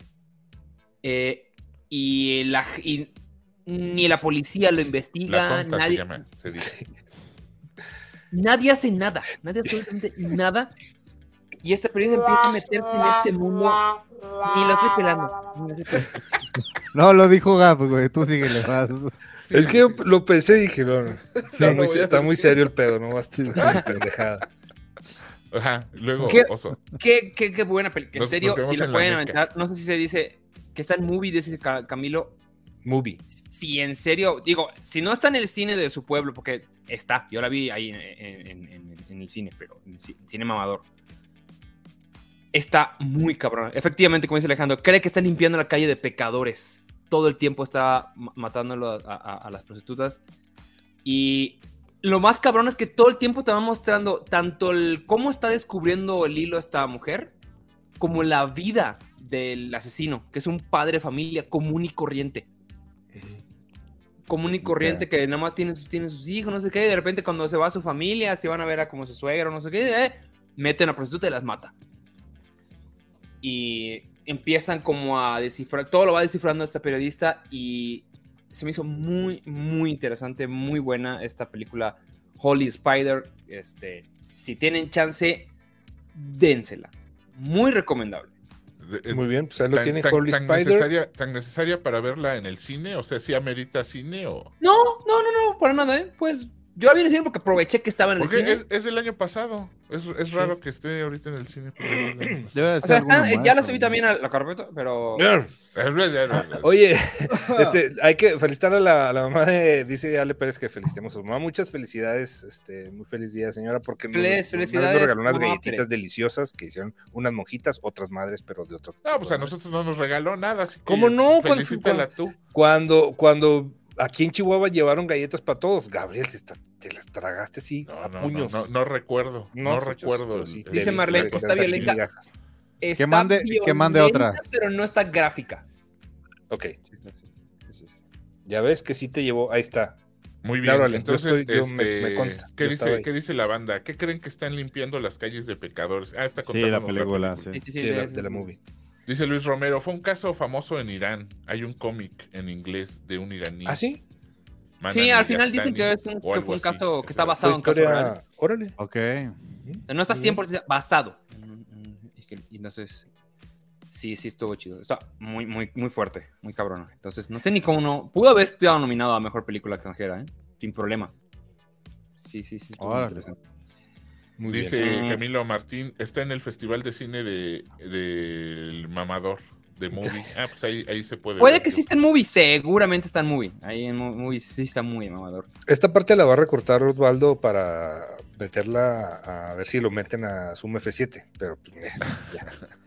Y ni la policía lo investiga, La tonta se nadie, llama, se dice. nadie hace nada, nadie absolutamente nada. Y este periodista empieza a meterte en este mundo. Ni lo estoy pelando. Ni lo estoy pelando. No, lo dijo Gap, güey. Tú síguele más. Es que yo lo pensé y dije, no, No, no voy a está muy decir. serio el pedo, no va a estar pendejada. Ajá, luego, ¿Qué? oso. Qué buena película. En Nos serio, vemos si la en la pueden Meca. aventar, no sé si se dice que está en movie, dice Camilo. Movie. Si en serio, digo, si no está en el cine de su pueblo, porque está, yo la vi ahí en el cine, pero en el cine mamador. Está muy cabrón. Efectivamente, como dice Alejandro, cree que está limpiando la calle de pecadores. Todo el tiempo está matándolo a las prostitutas. Y lo más cabrón es que todo el tiempo te va mostrando tanto cómo está descubriendo el hilo esta mujer, como la vida del asesino, que es un padre de familia común y corriente. Común y corriente, que nada más tiene sus hijos, no sé qué, y de repente cuando se va a su familia, se van a ver a como su suegro, no sé qué, meten a prostituta y las mata. Y empiezan como a descifrar, todo lo va descifrando esta periodista y se me hizo muy, muy interesante, muy buena esta película Holy Spider. Si tienen chance, dénsela. Muy recomendable. Muy bien, pues ahí lo tiene Holy Spider. Tan necesaria para verla en el cine, o sea, si amerita cine o... No, para nada, Pues yo la vi en el cine porque aproveché que estaba en el Porque cine. es del año pasado. Es raro que esté ahorita en el cine. Debe de O sea, ser alguna ya muerta, la subí güey. también a la carpeta, pero... Oye, hay que felicitar a la mamá dice Ale Pérez que felicitemos a su mamá. Muchas felicidades, muy feliz día, señora, porque Felicidades, nos regaló unas mamá galletitas Pérez. deliciosas que hicieron unas monjitas, otras madres, pero de otros. No, pues a nosotros no nos regaló nada, así que ¿Cómo no? felicítala tú. Cuando aquí en Chihuahua llevaron galletas para todos, Gabriel, te las tragaste así, a puños. No recuerdo, no recuerdo. pero sí. Dice Marlene que está violenta. Está que mande otra. violenta, pero no está gráfica. Ok. Ya ves que sí te llevó, ahí está. Muy bien, Claro, Ale, entonces, me consta. ¿qué Yo estaba ahí. dice la banda? ¿Qué creen que están limpiando las calles de pecadores? Ah, está Sí, contando la película, sí. Sí, de la movie. Dice Luis Romero, fue un caso famoso en Irán. Hay un cómic en inglés de un iraní. ¿Ah, sí? Sí, al final dicen que fue un caso que está basado en un caso real. Órale. Ok. O sea, no está 100% basado. Y entonces, sí estuvo chido. Está muy, muy, muy fuerte, muy cabrón. Entonces, no sé ni cómo no. Pudo haber estado nominado a Mejor Película Extranjera, sin problema. Sí, estuvo muy Órale. interesante. Muy Dice bien. Camilo Martín, está en el Festival de Cine del Mamador, de Movie. Ah, pues ahí se puede Puede ver, que yo sí esté en movie, seguramente está en movie. Ahí en movie sí está muy mamador. Esta parte la va a recortar Osvaldo para meterla a ver si lo meten a Zoom F7, pero pues, ya.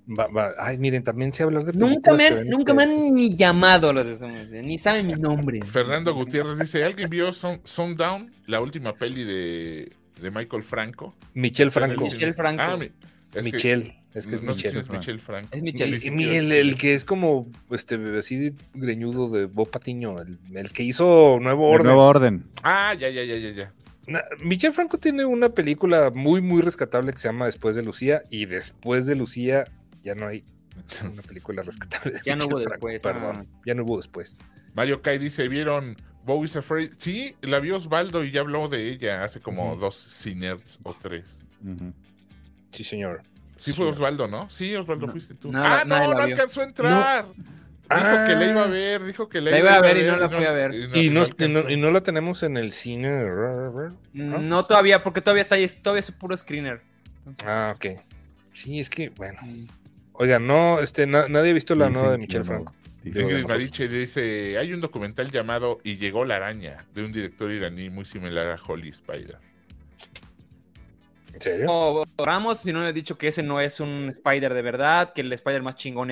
Ay, miren, también sé hablar de Nunca películas nunca me han ni llamado los de Somos, ni saben mi nombre. Fernando Gutiérrez dice, ¿alguien vio Sundown? La última peli de Michael Franco. Michel Franco. Michel Franco. Michel. Es que es no sé Michel. quién es Michel Franco. Es Michel. Y miren, el que es como así greñudo de Bob Patiño, el que hizo Nuevo Orden. Nuevo Orden. Ah, ya. Michel Franco tiene una película muy, muy rescatable que se llama Después de Lucía, y después de Lucía ya no hay una película rescatable. Ya no Michel hubo Franco, después. perdón, ya no hubo después. Mario Kai dice, ¿vieron Bowie's Afraid? Sí, la vio Osvaldo y ya habló de ella hace como 2 cinerts o 3. Sí, señor. Sí fue Osvaldo, ¿no? Sí, Osvaldo, fuiste tú. No alcanzó a entrar. Dijo que la iba a ver, La iba a ver y no la fui a ver. Y no la tenemos en el cine. No todavía, porque todavía es puro screener. Entonces, Ok. Sí, es que, bueno. Oigan, no, nadie ha visto la nueva de Michel Franco. Ingrid Mariche dice, hay un documental llamado Y llegó la araña, de un director iraní muy similar a Holy Spider. ¿En serio? No, Ramos, si no le he dicho que ese no es un Spider de verdad, que el Spider más chingón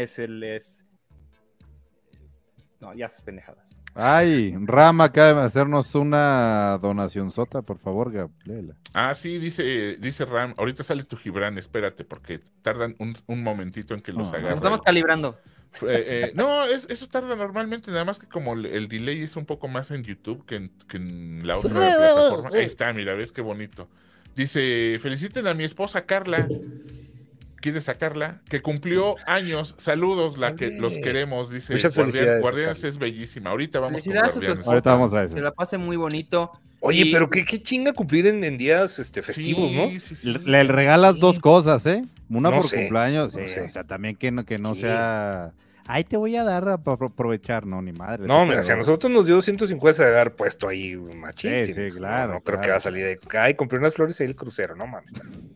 No, ya es pendejadas. Ay, Rama acaba de hacernos una donación sota, por favor, Gabriela. Ah, sí, dice Ram, ahorita sale tu Gibran, espérate, porque tardan un momentito en que los agarren. Nos estamos calibrando. No, eso tarda normalmente, nada más que como el delay es un poco más en YouTube que en la otra plataforma. Ahí está, mira, ves qué bonito. Dice, feliciten a mi esposa Carla. ¿Quieres sacarla? Que cumplió años. Saludos, los queremos, dice. Muchas felicidades. Guardianes es bellísima. Ahorita vamos con Felicidades a tu Guardianes. esposa. Ahorita vamos a eso. Se la pase muy bonito. Oye, Y- pero qué chinga cumplir en días festivos, ¿no? Sí. Le regalas dos cosas, ¿eh? Una No por sé, cumpleaños. no sé. O sea, también que no Sí. sea. Ay, te voy a dar para aprovechar, no, ni madre. No, mira, pero- si a nosotros nos dio 150 de haber puesto ahí machín. Sí, pues, claro, No creo que claro. va a salir de. Ay, compré unas flores y el crucero, no mames.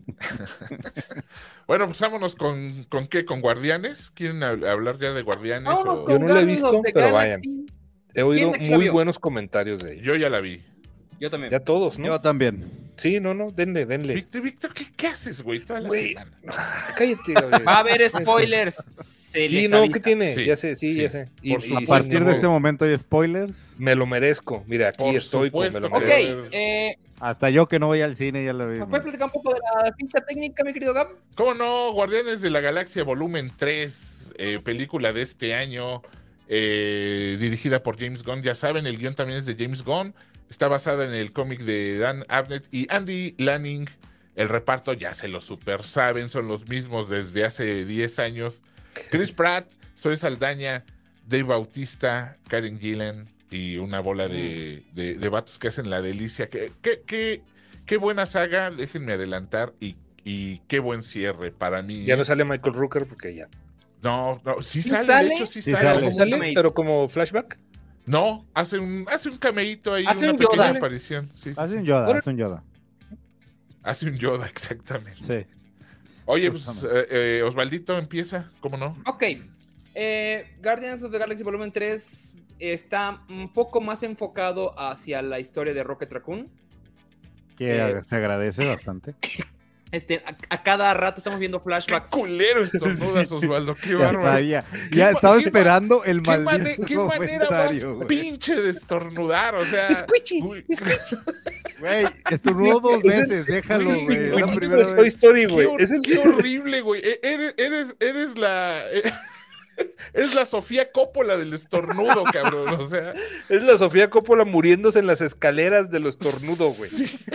Bueno, pues vámonos con qué, con Guardianes. ¿Quieren hablar ya de Guardianes? Vámonos o- con Yo no la he Guardians visto, of the pero Galaxy. He oído ¿Quién de aquí la muy vio? buenos comentarios de ella. Yo ya la vi. Yo también. Ya todos, ¿no? Yo también. Sí, no, denle. Víctor, ¿qué haces, güey? Toda la Güey, semana. cállate, Gabriel. Va a haber spoilers. Se Sí, les no, avisa. ¿qué tiene? Sí, Ya sé, sí. ya sé. Por A supuesto. partir de este momento hay spoilers. Me lo merezco. Mira, aquí Por estoy me supuesto lo que Ok, merezco. Hasta yo que no voy al cine ya lo vi. ¿me puedes platicar un poco de la ficha técnica, mi querido Gab? ¿Cómo no? Guardianes de la Galaxia Volumen 3, película de este año, dirigida por James Gunn. Ya saben, el guión también es de James Gunn. Está basada en el cómic de Dan Abnett y Andy Lanning. El reparto ya se lo super saben, son los mismos desde hace 10 años. Chris Pratt, Zoe Saldaña, Dave Bautista, Karen Gillan y una bola de vatos que hacen la delicia. Qué buena saga, déjenme adelantar, y qué buen cierre para mí. Ya no sale Michael Rooker porque ya. No, sí ¿Sí sale, sale? de hecho sí Sí sale. sale. Como- ¿Sale? Pero como flashback. No, hace un cameíto ahí, Hace una un pequeña Yoda. aparición. Sí, sí, Hace sí. un Yoda, hace un Yoda. Hace un Yoda, exactamente. Sí. Oye, pues Osvaldito empieza, ¿cómo no? Ok. Guardians of the Galaxy Volumen 3 está un poco más enfocado hacia la historia de Rocket Raccoon. Que se agradece bastante. A cada rato estamos viendo Qué flashbacks. culero estornudas, Osvaldo, qué Ya bárbaro. sabía. Ya estaba qué esperando el Qué maldito manera comentario, más güey. pinche de estornudar, o sea. Uy, Güey, estornudó dos veces, déjalo, güey. Es la primera Toy vez. Story, güey. qué horrible, güey. Eres la. Eres la Sofía Coppola del estornudo, cabrón. O sea, Es la Sofía Coppola muriéndose en las escaleras de lo estornudo, güey.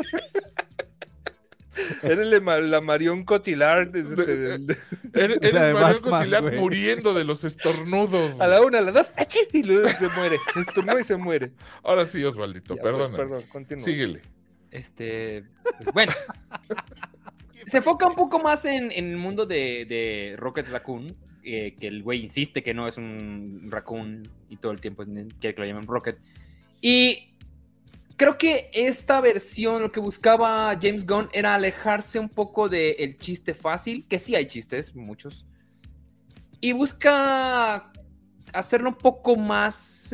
Eres la Marion Cotillard. eres La de Marion Batman, Cotillard güey. muriendo de los estornudos. A la una, a la dos, ¡achí! Y luego se muere. Estornuda y se muere. Ahora sí, Osvaldito, Ya, perdona. pues, perdón, continúa. Síguele. Pues, bueno. Se enfoca un poco más en el mundo de Rocket Raccoon. Que el güey insiste que no es un raccoon y todo el tiempo quiere que lo llamen Rocket. Y creo que esta versión, lo que buscaba James Gunn era alejarse un poco del chiste fácil, que sí hay chistes, muchos. Y busca hacerlo un poco más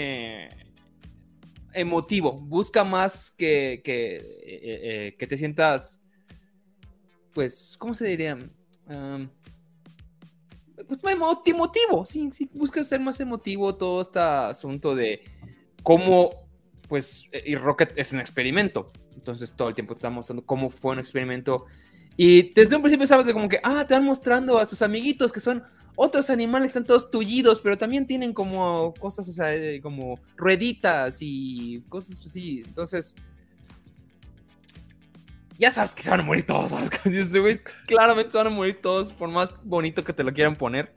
emotivo. Busca más que te sientas, pues, ¿cómo se diría? pues más emotivo, sí, busca ser más emotivo todo este asunto de cómo, pues, y Rocket es un experimento, entonces todo el tiempo te está mostrando cómo fue un experimento, y desde un principio sabes de como que, te van mostrando a sus amiguitos que son otros animales, están todos tullidos, pero también tienen como cosas, o sea, como rueditas y cosas así, entonces... Ya sabes que se van a morir todos, ¿sabes? Claramente se van a morir todos, por más bonito que te lo quieran poner.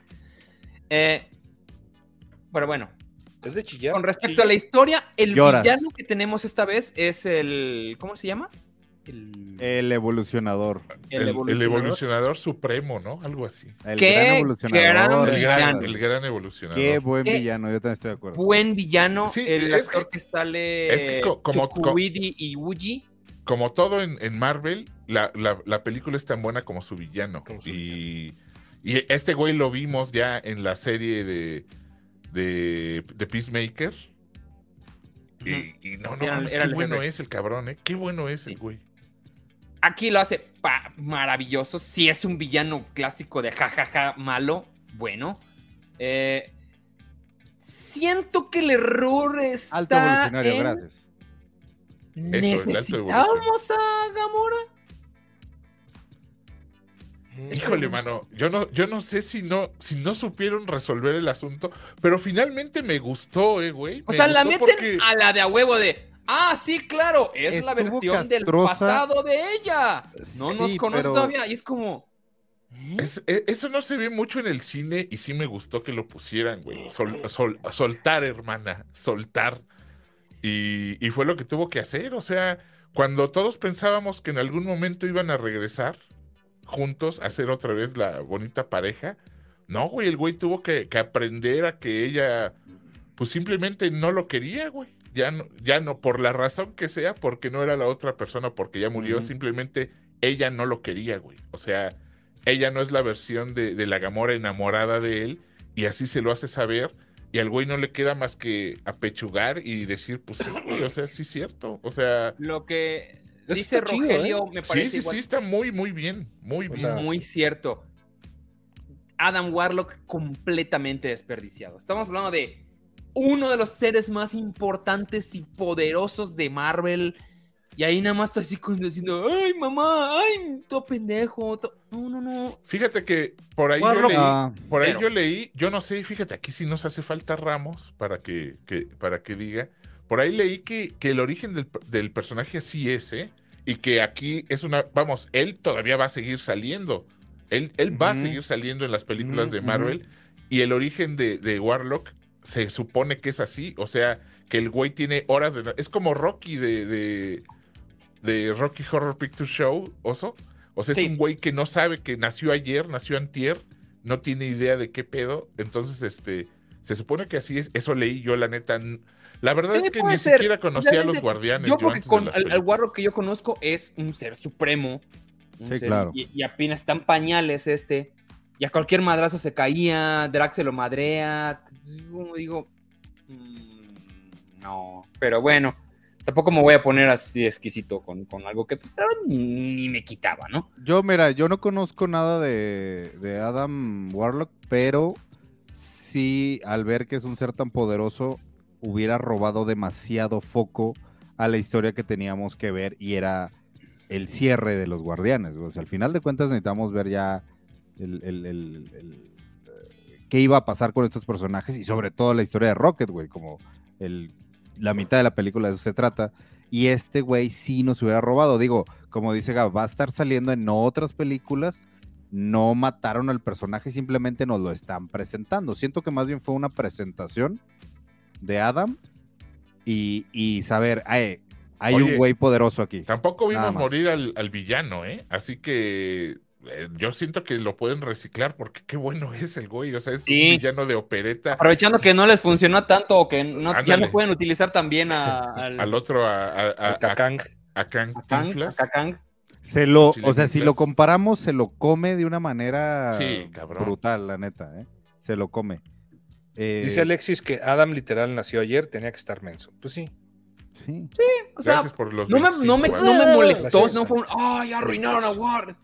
Pero bueno. Es de chillar. Con respecto a la historia, el Lloras. villano que tenemos esta vez es el... ¿Cómo se llama? El evolucionador. El evolucionador supremo, ¿no? Algo así. El Qué gran evolucionador. gran El gran evolucionador. Qué buen Qué villano, yo también estoy de acuerdo. Buen villano. Sí, el es actor que- que sale... es que como Chukwudi Iwuji. Como todo en Marvel, la película es tan buena como su villano. Como su Y este güey lo vimos ya en la serie de Peacemaker. Y no, Era mames, el qué bueno jefe. es el cabrón, ¿eh? Qué bueno es el güey. Aquí lo hace maravilloso. Si es un villano clásico de jajaja malo, bueno. Siento que el error está Alto evolucionario, en... gracias. ¿Necesitábamos a Gamora? Híjole, mano, yo no sé si no supieron resolver el asunto, pero finalmente me gustó, güey. O Me sea, la gustó meten porque- a la de a huevo de... sí, claro, es la Estuvo versión del castrosa. pasado de ella. No nos Sí, conoce pero- todavía. Y es como... Eso no se ve mucho en el cine y sí me gustó que lo pusieran, güey. Soltar, hermana, soltar. Y fue lo que tuvo que hacer. O sea, cuando todos pensábamos que en algún momento iban a regresar juntos a hacer otra vez la bonita pareja, no, güey, el güey tuvo que aprender a que ella, pues simplemente no lo quería, güey. Ya no, por la razón que sea, porque no era la otra persona, porque ya murió, simplemente ella no lo quería, güey. O sea, ella no es la versión de la Gamora enamorada de él, y así se lo hace saber, y al güey no le queda más que apechugar y decir, pues sí, güey, o sea, sí es cierto. O sea, Lo que Eso dice está chido, Rogelio me sí, parece sí, igual. sí, está muy, muy bien, muy O bien. sea, Muy cierto. Adam Warlock completamente desperdiciado. Estamos hablando de uno de los seres más importantes y poderosos de Marvel. Y ahí nada más está así diciendo, ay, mamá, ay, todo pendejo. No. Fíjate que por ahí Warlock, yo cero. leí, yo no sé, fíjate, aquí sí nos hace falta Ramos para que diga. Por ahí leí que el origen del personaje así es, ¿eh? Y que aquí es vamos, él todavía va a seguir saliendo. Él va a seguir saliendo en las películas de Marvel. Y el origen de Warlock se supone que es así. O sea, que el güey tiene horas de... Es como Rocky de Rocky Horror Picture Show, Oso. O sea, Sí. es un güey que no sabe que nació ayer, nació antier, no tiene idea de qué pedo. Entonces, se supone que así es. Eso leí yo, la neta. La verdad Sí, es que puede ni ser. siquiera conocía a los Realmente, guardianes. Yo porque antes de con las el películas. Warlock que yo conozco es un ser supremo. Sí, claro. Y apenas están pañales y a cualquier madrazo se caía, Drax se lo madrea. Como digo, no, pero bueno, tampoco me voy a poner así exquisito con algo que pues claro, ni me quitaba, ¿no? Yo no conozco nada de Adam Warlock, pero sí, al ver que es un ser tan poderoso, hubiera robado demasiado foco a la historia que teníamos que ver y era el cierre de los Guardianes. O sea, al final de cuentas necesitamos ver ya qué iba a pasar con estos personajes y sobre todo la historia de Rocket, güey, como la mitad de la película de eso se trata. Y este güey sí nos hubiera robado. Digo, como dice Gab, va a estar saliendo en otras películas. No mataron al personaje, simplemente nos lo están presentando. Siento que más bien fue una presentación de Adam y saber, hay Oye, un güey poderoso aquí. Tampoco Nada vimos más. morir al villano, ¿eh? Así que yo siento que lo pueden reciclar porque qué bueno es el güey. O sea, es Sí. un villano de opereta. Aprovechando que no les funcionó tanto o que ya Ándale. no pueden utilizar también al Al otro, al Kakang. a Kang a Kang, Tinflas. a Kang. O sea, si lo comparamos, se lo come de una manera Sí, cabrón. brutal, la neta, ¿eh? Se lo come. Dice Alexis que Adam literal nació ayer, tenía que estar menso. Pues sí. Sí. O sea, Gracias por los no me 25 años. molestó, Gracias. no fue un, ay, arruinaron a Warren.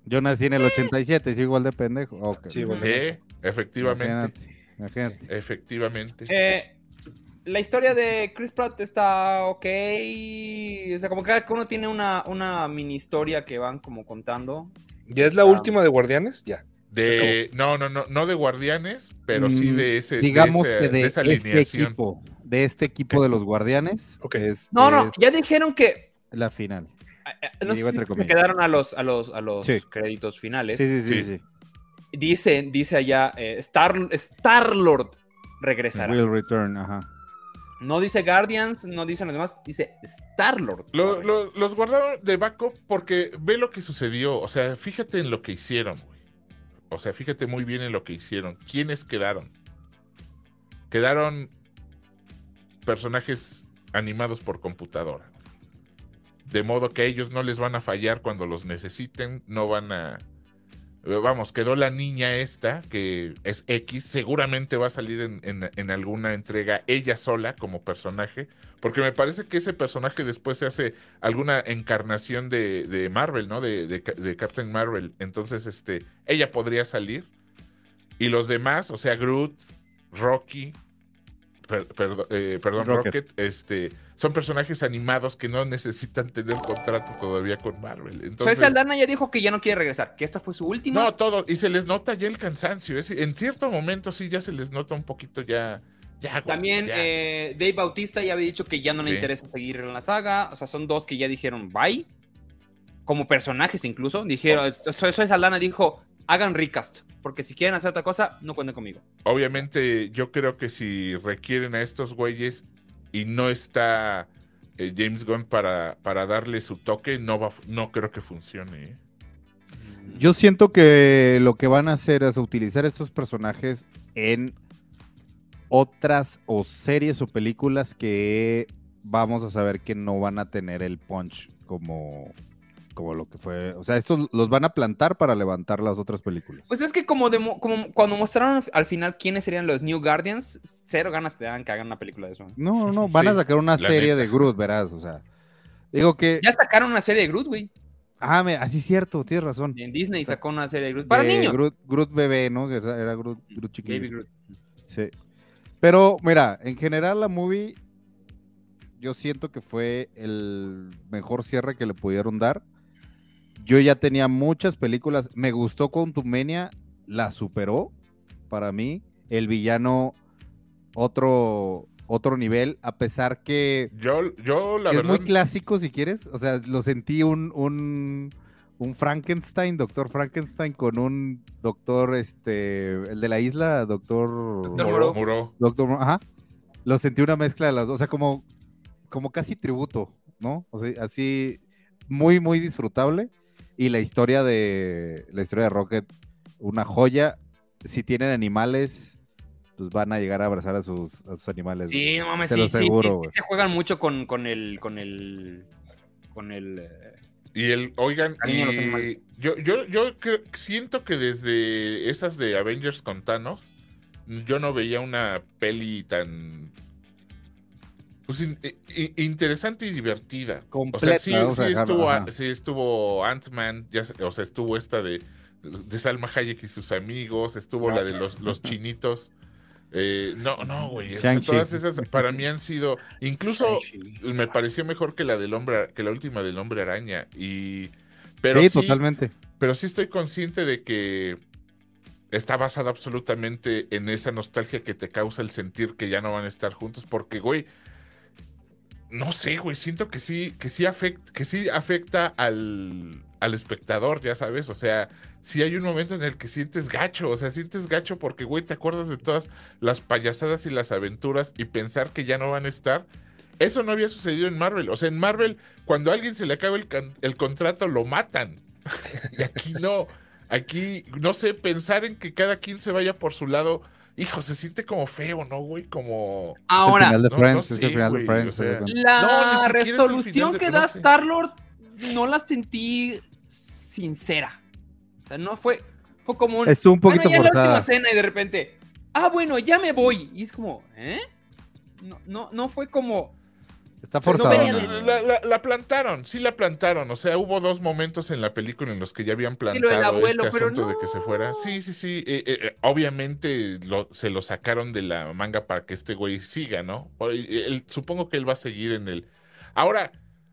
Yo nací en el 87 y sigo igual de pendejo. Okay. Sí, bueno. Efectivamente. Imagínate. Efectivamente. La historia de Chris Pratt está ok. O sea, como que cada uno tiene una mini historia que van como contando. ¿Ya es la última de Guardianes? Ya. No de Guardianes, pero sí de ese, digamos de esa, que de de esa este alineación. equipo, de los Guardianes, Ok. es Ya dijeron que la final. no Digo sé si entre se comillas. quedaron a los Sí. créditos finales. Sí. Dice allá Star-Lord regresará. Will return, ajá. No dice Guardians, no dicen los demás, dice Star-Lord. Los guardaron de backup porque ve lo que sucedió. O sea, fíjate en lo que hicieron, güey. O sea, fíjate muy bien en lo que hicieron. ¿Quiénes quedaron? Quedaron personajes animados por computadora. De modo que a ellos no les van a fallar cuando los necesiten, no van a... Vamos, quedó la niña esta, que es X, seguramente va a salir en alguna entrega ella sola como personaje, porque me parece que ese personaje después se hace alguna encarnación de Marvel, ¿no? De Captain Marvel. Entonces, ella podría salir. Y los demás, o sea, Groot, Rocky, Rocket, son personajes animados que no necesitan tener contrato todavía con Marvel. Entonces, Zoe Saldana ya dijo que ya no quiere regresar, que esta fue su última. No, todo, y se les nota ya el cansancio. En cierto momento sí ya se les nota un poquito ya. También Dave Bautista ya había dicho que ya no le interesa seguir en la saga. O sea, son dos que ya dijeron bye. Como personajes incluso. Dijeron, Zoe Saldana dijo, hagan recast, porque si quieren hacer otra cosa, no cuenten conmigo. Obviamente, yo creo que si requieren a estos güeyes y no está James Gunn para darle su toque, no creo que funcione. Yo siento que lo que van a hacer es utilizar estos personajes en otras o series o películas que vamos a saber que no van a tener el punch como lo que fue. O sea, estos los van a plantar para levantar las otras películas. Pues es que como cuando mostraron al final quiénes serían los New Guardians, cero ganas te dan que hagan una película de eso. No, van a sacar una serie de Groot, verás, o sea. Digo que... Ya sacaron una serie de Groot, güey. Así es cierto, tienes razón. En Disney sacó una serie de Groot. Para niños. Groot bebé, ¿no? Era Groot chiquito. Baby Groot. Sí. Pero, mira, en general la movie, yo siento que fue el mejor cierre que le pudieron dar. Yo ya tenía muchas películas. Me gustó Quantumania, la superó para mí. El villano, otro nivel, a pesar que yo la es verdad muy clásico si quieres. O sea, lo sentí un Frankenstein, Doctor Frankenstein con un doctor, el de la isla, Doctor Moreau. Ajá. Lo sentí una mezcla de las dos, o sea, como casi tributo, ¿no? O sea, así muy, muy disfrutable. Y la historia de Rocket, una joya. Si tienen animales, pues van a llegar a abrazar a sus animales. Sí, no mames, te lo seguro, sí, se juegan mucho con el y oigan, cariño a los animales. yo siento que desde esas de Avengers con Thanos, yo no veía una peli tan pues interesante y divertida. Completa, o sea, sí estuvo Ant-Man, o sea, estuvo esta de Salma Hayek y sus amigos, estuvo la de los chinitos. No, güey. O sea, todas esas para mí han sido, incluso me pareció mejor que la última del Hombre Araña. Pero sí, totalmente. Pero sí estoy consciente de que está basada absolutamente en esa nostalgia que te causa el sentir que ya no van a estar juntos, porque, güey, no sé, güey, siento que sí afecta al espectador, ya sabes, o sea, sí hay un momento en el que sientes gacho porque, güey, te acuerdas de todas las payasadas y las aventuras y pensar que ya no van a estar. Eso no había sucedido en Marvel, o sea, en Marvel, cuando a alguien se le acaba el contrato, lo matan. Y aquí no sé, pensar en que cada quien se vaya por su lado, hijo, se siente como feo, ¿no, güey? Como... Ahora, es el final de Friends. La resolución que da Star-Lord no la sentí sincera. O sea, no fue como un... Estuvo un poquito ya forzada. la última escena y de repente, bueno, ya me voy. Y es como, ¿eh? No fue como... Está Sí, no, forzado. pero la plantaron, sí la plantaron. O sea, hubo 2 momentos en la película en los que ya habían lo del plantado abuelo, este pero asunto no. de que se fuera. Sí. Obviamente se lo sacaron de la manga para que este güey siga, ¿no? Supongo que él va a seguir en el. Ahora,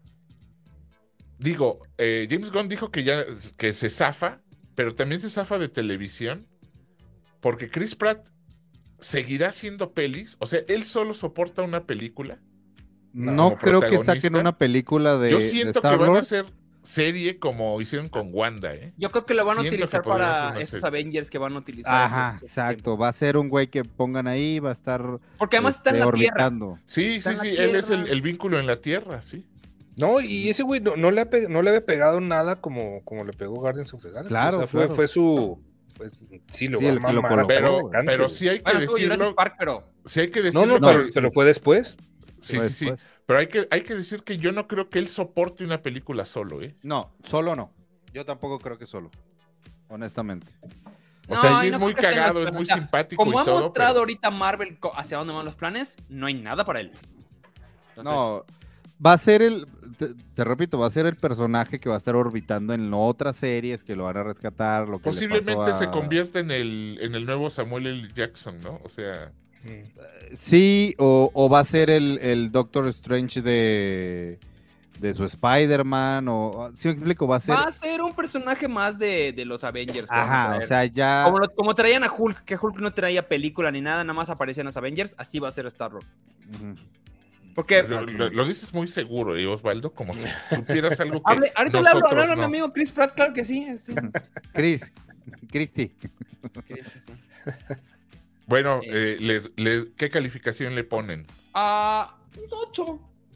digo, James Gunn dijo que se zafa, pero también se zafa de televisión, porque Chris Pratt seguirá haciendo pelis. O sea, él solo soporta una película. No como creo que protagonista. saquen una película de Yo siento que van a Star-Lord. hacer serie como hicieron con Wanda, ¿eh? Yo creo que lo van a Siento utilizar que podría ser para una estos serie. Avengers que van a utilizar. Ajá, este exacto. tiempo. Va a ser un güey que pongan ahí, va a estar Porque además está en la Tierra. orbitando. Sí, Está en la él es Tierra. el vínculo en la Tierra, sí. No, y ese güey no le había pegado nada como le pegó Guardians of the Galaxy. Claro, O sea, fue, claro. fue su. Pues, sí, lo Sí, va a el que lo mamar hasta que colocó, se güey. canse, Pero güey. sí hay que Bueno, estuvo decirlo. Jurassic Park, pero Sí hay que No, decirlo. no, pero fue después. Sí. Después. Pero hay que decir que yo no creo que él soporte una película solo, ¿eh? No, solo no. Yo tampoco creo que solo. Honestamente. O No, sea, sí y es no muy creo que tenga cagado, es planes. muy O sea, simpático como y ha todo, mostrado pero- ahorita Marvel hacia dónde van los planes, no hay nada para él. Entonces, No, va a ser te repito, va a ser el personaje que va a estar orbitando en otras series que lo van a rescatar. Lo que le Posiblemente pasó se a- convierta en el nuevo Samuel L. Jackson, ¿no? O sea, Sí, o va a ser el Doctor Strange de su Spider-Man, o si me explico, va a ser. va a ser un personaje más de los Avengers. que van a Ajá, traer. o sea, ya. Como traían a Hulk, que Hulk no traía película ni nada, nada más aparecía en los Avengers, así va a ser Star-Lord. Ujú. Porque lo dices muy seguro, Osvaldo, como si supieras algo que ahorita le hablo nosotros a mi no. amigo Chris Pratt, claro que sí. Cristi. Sí. Bueno, ¿qué calificación le ponen? Un 8.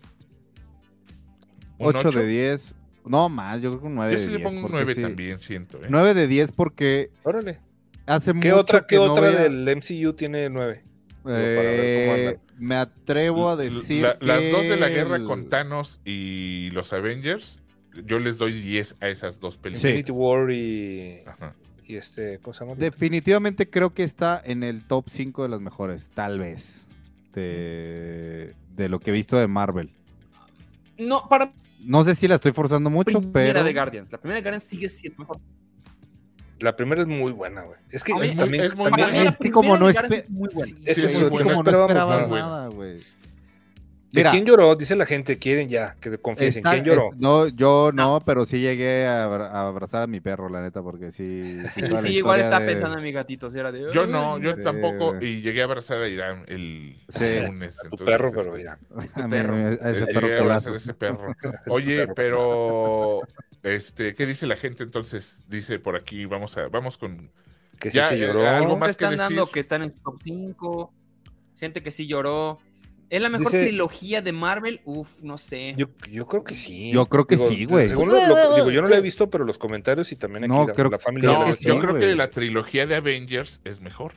¿Un 8 de 10. No más, yo creo que un 9 Yo de sí 10. le pongo un porque 9 sí. también, siento. 9 de 10 porque Órale. hace ¿Qué mucho otra, que no veía- del MCU tiene 9? Para ver cómo andan. Me atrevo a decir Las que dos de la guerra el- con Thanos y los Avengers, yo les doy 10 a esas dos películas. Infinity War y Ajá. ¿cómo se llama? Definitivamente creo que está en el top 5 de las mejores, tal vez, de lo que he visto de Marvel. No, para No sé si la estoy forzando mucho, primera pero de Guardians. La primera de Guardians sigue siendo mejor. La primera es muy buena, güey. Es que A mí- es también, muy también- buena. es que como no de Guardians espe- es muy buena. Sí, Sí, eso es es muy lo que buena. como no no esperábamos. esperaba nada. nada, güey. ¿De Mira, quién lloró? Dice la gente, quieren ya, que confiesen. ¿Quién lloró? No, yo no, pero sí llegué a abrazar a mi perro, la neta, porque sí. Sí, toda la sí, igual historia estaba de- pensando en mi gatito. Sí, era de, Yo no, yo Sí, tampoco, güey. y llegué a abrazar a Irán el Sí. lunes. Tu entonces, perro, pero mira. a perro. a ese perro llegué a abrazar pelazo. a ese perro. Ese Oye, perro. pero ¿qué dice la gente entonces? Dice por aquí, vamos con Que sí Ya, se lloró. algo Gente más que están dando decir. que están en su top 5. Gente que sí lloró. ¿Es la mejor Dice- trilogía de Marvel? Uf, no sé. Yo creo que sí. Yo creo que sí, güey. Según digo, yo no la he visto, pero los comentarios y también aquí No, la creo- familia. creo No, que la- sí, yo creo güey. que la trilogía de Avengers es mejor.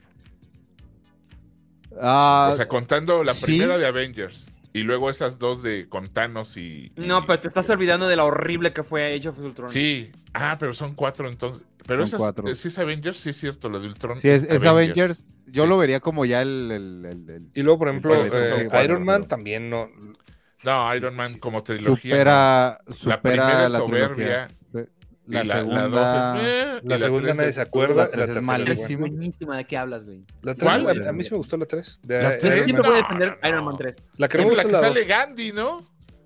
Ah, O sea, contando la sí. primera de Avengers y luego esas dos de con Thanos y... No, pero te estás olvidando de la horrible que fue Age of Ultron. Sí, pero son 4 entonces. Pero Son esas, 4. si es Avengers, sí es cierto, lo de Ultron. sí, es Avengers. Yo Sí. lo vería como ya el Y luego, por ejemplo, Por eso son 4, Iron Man pero- también no. No, Iron Man como trilogía. supera La primera es la soberbia. trilogía. Y La la segunda, dos es... y La segunda tres nadie es- se acuerda. la La tres es tercera es malísima. buena. Buenísima, ¿de qué hablas, güey? La tres, ¿Cuál? a mí sí me gustó la 3. La Yo tres siempre no, voy a defender no. Iron Man 3. La que no Es me la gusta que es la sale 2. Gandhi, ¿no?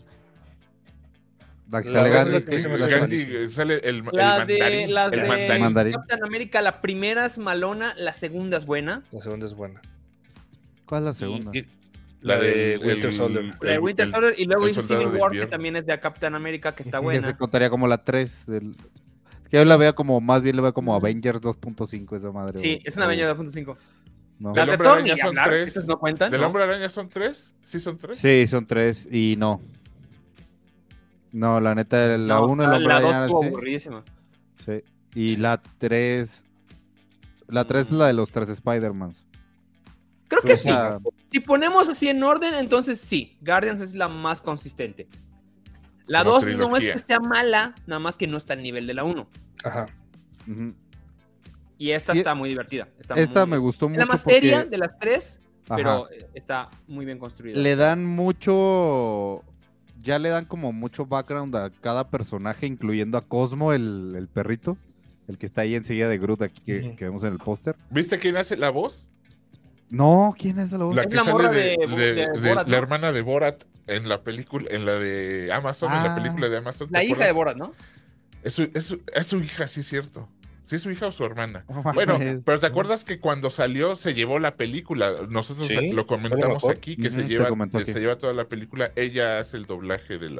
La que La sale dos Gandhi. es la que se me hace Gandhi, malísima. sale el La mandarín. de, las el de mandarín. Mandarín. Captain America, la primera es malona, la segunda es buena. La segunda es buena. ¿Cuál es la segunda? Y la de Winter Soldier. La de Winter Soldier y luego el dice soldado Civil de War, que invierno. también es de Captain America, que está Que se buena. contaría como la 3 del... Es que yo la veo como, más bien la veo como Avengers 2.5 esa madre. Sí, o- es una o- Avenger 2.5. no. Las Del de Hombre Thor Araña ni son hablar, 3. esas no cuentan. ¿Del ¿no? Hombre Araña son 3? ¿Sí son 3? Sí, son 3 y no. No, la neta, la No, 1 el Hombre la 2 Araña, estuvo sí, aburridísima. sí. Y la 3... La 3 es la de los 3 Spider-Mans. Creo que O sí. sea, Si ponemos así en orden, entonces sí. Guardians es la más consistente. La Como 2 no es trilogía. que sea mala, nada más que no está al nivel de la 1. Ajá. ujú. Y esta Sí, está muy divertida. Esta muy- me gustó Es mucho la más porque- seria de las 3, Ajá. pero está muy bien construida. Le dan mucho ya le dan como mucho background a cada personaje, incluyendo a Cosmo, el perrito, el que está ahí enseguida de Groot aquí que vemos en el póster. ¿Viste quién hace la voz? No, ¿quién es la voz? La Es que la sale morra de de Borat, la ¿no? hermana de Borat en la película, en la de Amazon, en la película de Amazon. La ¿te hija de acuerdas? Borat, ¿no? Es su hija, sí es cierto. ¿Sí es su hija o su hermana? No Bueno, mames. pero ¿te acuerdas que cuando salió se llevó la película? Nosotros Sí, lo comentamos fue lo mejor. aquí, que Ujú, se se lleva, comentó aquí. se lleva toda la película. Ella hace el doblaje de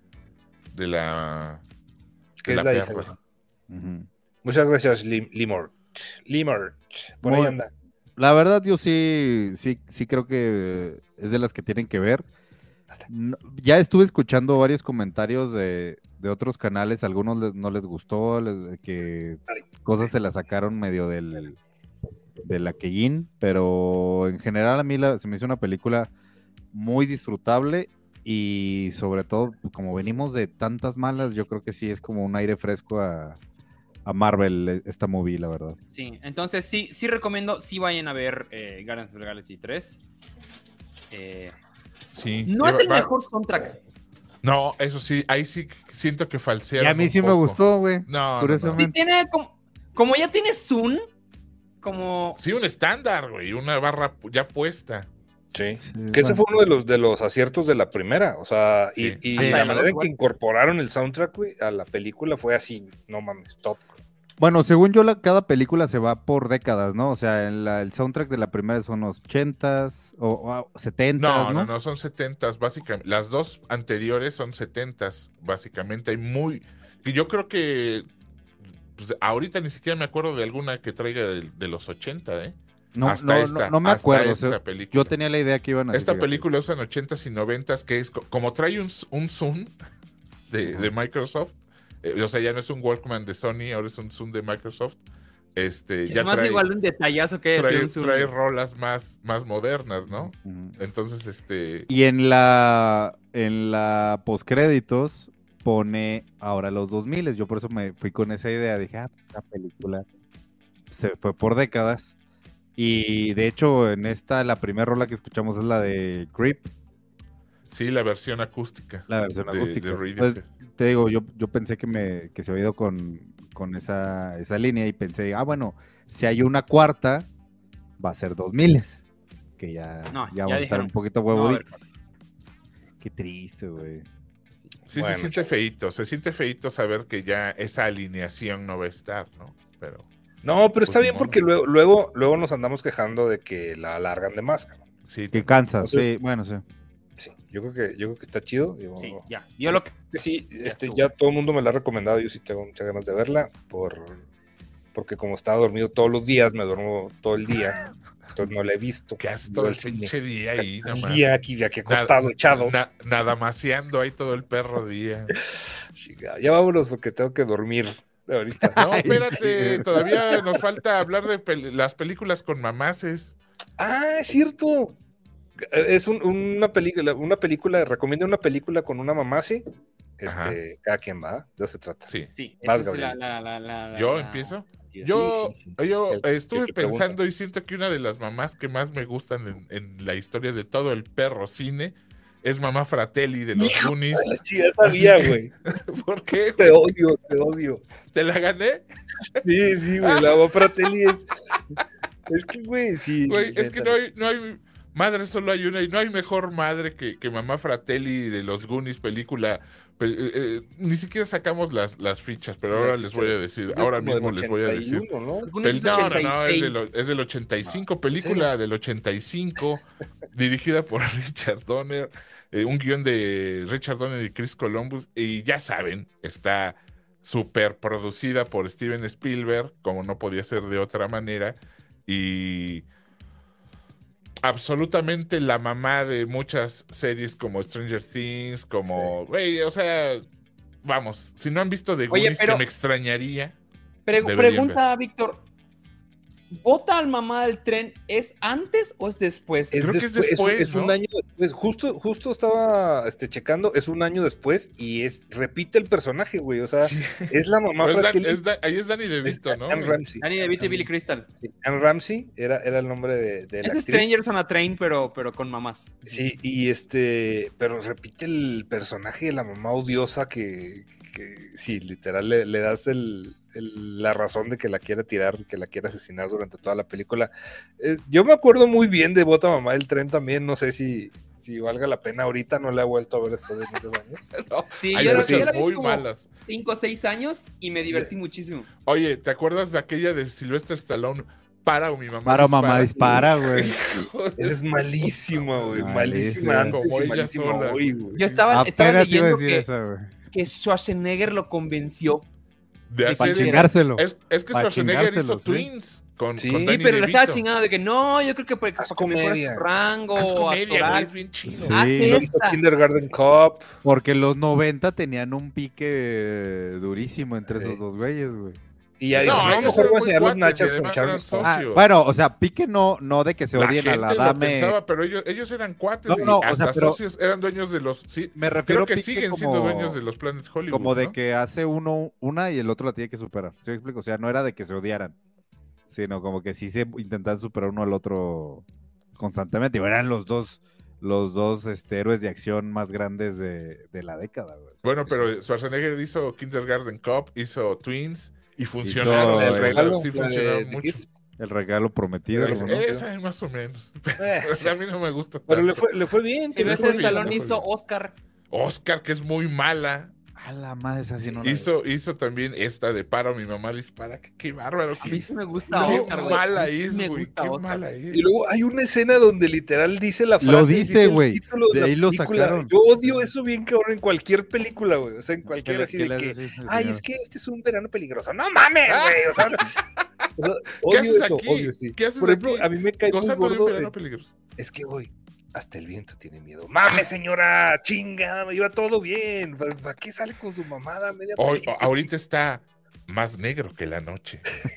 la Que de es la la hija. perra. Ujú. Muchas gracias, Limort. Por ahí Muy- anda. La verdad, yo sí creo que es de las que tienen que ver. Ya estuve escuchando varios comentarios de otros canales, algunos no les gustó, que cosas se las sacaron medio de la Keyin, pero en general a mí se me hizo una película muy disfrutable y sobre todo, como venimos de tantas malas, yo creo que sí es como un aire fresco a Marvel esta movie, la verdad. Sí, entonces sí recomiendo, sí vayan a ver Guardians of the Galaxy 3. Sí. No es el Va- mejor soundtrack. No, eso sí, ahí sí siento que Y falsearon a mí un sí me poco. gustó, güey. No, Sí, Curiosamente. tiene como ya tiene Zoom, como... Sí, un estándar, güey, una barra ya puesta. Sí. Sí, Que ese bueno. fue uno de los aciertos de la primera. O sea, Sí. y Sí, la sí, manera en igual. que incorporaron el soundtrack, güey, a la película fue así, no mames, top. Bueno, según yo, cada película se va por décadas, ¿no? O sea, el soundtrack de la primera son los 80s o 70s, ¿no? No, son 70s, básicamente. Las dos anteriores son 70s, básicamente. Hay que yo creo que pues, ahorita ni siquiera me acuerdo de alguna que traiga de los 80, ¿eh? No, Hasta esta, no me hasta acuerdo. esta o sea, película. yo tenía la idea que iban a Esta película usan 80s y 90s, que es como trae un Zoom de Microsoft. O sea, ya no es un Walkman de Sony, ahora es un Zoom de Microsoft. Es Ya más igual un detallazo que decir un Zoom. trae rolas más modernas, ¿no? Ujú. Entonces, Y en la postcréditos pone ahora los 2000. Yo por eso me fui con esa idea. Dije, pues esta película se fue por décadas. Y de hecho, en la primera rola que escuchamos es la de Creep, sí, la versión acústica. la versión de acústica. Radiohead. Pues, te digo, yo pensé que se había ido con esa línea y pensé, bueno, si hay una cuarta, va a ser 2000, que ya No, vamos ya a estar dijeron, un poquito no va a haber huevuditos. Qué triste, güey. Sí, Bueno, se siente feíto saber que ya esa alineación no va a estar, ¿no? Pero No, pero está Pues, bien ni porque modo. luego nos andamos quejando de que la alargan de más, cabrón. sí, Que cansa, Entonces- sí, bueno, sí. Sí, yo creo que está chido. Digo, Sí, ya. Yo lo que... sí, estuvo. ya todo el mundo me la ha recomendado, yo sí tengo muchas ganas de verla, porque como estaba dormido todos los días, me duermo todo el día, entonces no la he visto. que hace Yo todo el al cine. pinche día ahí, El nada más. día aquí acostado, echado. Nada maseando ahí todo el perro día. Chica, ya vámonos porque tengo que dormir ahorita. No, Ay, espérate, sí. todavía nos falta hablar de las películas con mamaces. Ah, es cierto. Es una película, recomiendo una película con una mamá, sí. Ajá. Cada quien va, de eso se trata. Sí. Sí, Vas, esa es Gabriel. ¿Yo la- empiezo? Sí, Yo sí. yo El estuve que pregunta. pensando y siento que una de las mamás que más me gustan en la historia de todo el perro cine es Mamá Fratelli de los Goonies. La chida sabía, Así que- güey. ¿Por qué? Te güey? odio, te odio. ¿Te la gané? Sí, güey, la mamá Fratelli es. Es que, güey, sí. Güey, es que neta. no hay madre, solo hay una y no hay mejor madre que Mamá Fratelli de los Goonies, película. Ni siquiera sacamos las fichas, pero ahora les voy a decir, Es ahora como del mismo les voy a decir. 81, ¿no? Goonies es No, 86. es del 85, película del 85, dirigida por Richard Donner, un guión de Richard Donner y Chris Columbus, y ya saben, está súper producida por Steven Spielberg, como no podía ser de otra manera, y absolutamente la mamá de muchas series como Stranger Things, como, güey, o sea, vamos, si no han visto The Oye, Goonies, pero- que me extrañaría. Pero Deberían pregunta, Víctor. ¿Bota al mamá del tren es antes o es después? Creo que es después, es un ¿no? año después. Justo estaba checando, es un año después y repite el personaje, güey. O sea, Sí. es la mamá Pero Fratelli. ahí es Danny DeVito, ¿no? Anne Ramsey. Danny DeVito y Billy Crystal. Sí, Anne Ramsey era el nombre de la Es actriz. Strangers on a Train, pero con mamás. Sí, pero repite el personaje de la mamá odiosa que sí, literal le das la razón de que la quiere tirar, que la quiere asesinar durante toda la película. Yo me acuerdo muy bien de Bota Mamá del Tren también, no sé si valga la pena ahorita, no la he vuelto a ver después de muchos años. No, Sí, hay yo la cosas vi muy como malas. 5 o 6 años y me divertí muchísimo. Oye, ¿te acuerdas de aquella de Sylvester Stallone? Para o mi mamá Para mamá dispara, güey. Esa es malísima, güey, Malísima. malísima antes Como y ella malísima sola. hoy, güey. Yo estaba Apenas te iba a leyendo decir eso, güey. que Schwarzenegger lo convenció. De Para hacer eso. chingárselo. Es que Pa' Schwarzenegger hizo chingárselo, sí. Twins con Sí, con Sí, Danny pero le estaba DeVito. chingando de que no, yo creo que para Haz que mejore comedia. su rango Haz comedia, güey, actoral. es bien chido. Sí. Hace Lo hizo esta. Kindergarten Cop. Porque los 90 tenían un pique durísimo entre Sí. esos dos güeyes, güey. Y ya dijo, No, no, a lo ellos mejor eran voy a muy enseñar los cuates y nachas con además Charlie eran Stone. socios. Bueno, o sea, pique no de que se La odien a gente la lo dame. pensaba, pero ellos eran cuates No, y no, o hasta sea, pero- socios, eran dueños de los... Sí, Me refiero creo que a pique siguen como, siendo dueños de los Planet Hollywood, como de ¿no? que hace uno una y el otro la tiene que superar. ¿Sí me explico? O sea, no era de que se odiaran, sino como que sí se intentaban superar uno al otro constantemente. Y eran los dos héroes de acción más grandes de la década, güey. Bueno, pero Schwarzenegger hizo Kindergarten Cop, hizo Twins y funcionaron. Hizo o el sea, regalo, sí la de funcionaron The mucho. Gift. El regalo prometido. Es- ¿no? Esa es más o menos. O sea, a mí no me gusta Pero tanto. le fue bien. Si le ves fue que bien. Stallone bien. hizo Oscar. Oscar, que es muy mala. A la madre, esa sí no la vi. Hizo también esta de Para o mi mamá dispara. Qué bárbaro. A mí sí me gusta Qué Oscar, güey. mala A mí sí es, me güey. gusta Qué Oscar. mala es. Y luego hay una escena donde literal dice la frase. Lo dice, el güey. título De la ahí lo película. sacaron. Yo odio eso bien cabrón en cualquier película, güey. O sea, en ¿Qué cualquier le- así qué de le que. hace así, Ay, señor? es que este es un verano peligroso. No mames, güey. O sea, ¿Qué odio haces eso, aquí? odio, sí. ¿Qué haces Por ejemplo, aquí? a mí me cae muy Gozando de un gordo. verano peligroso. Es que, güey, hasta el viento tiene miedo. ¡Mames, señora! ¡Chingada! Me iba todo bien. ¿Para qué sale con su mamada media Hoy, película? ahorita está más negro que la noche.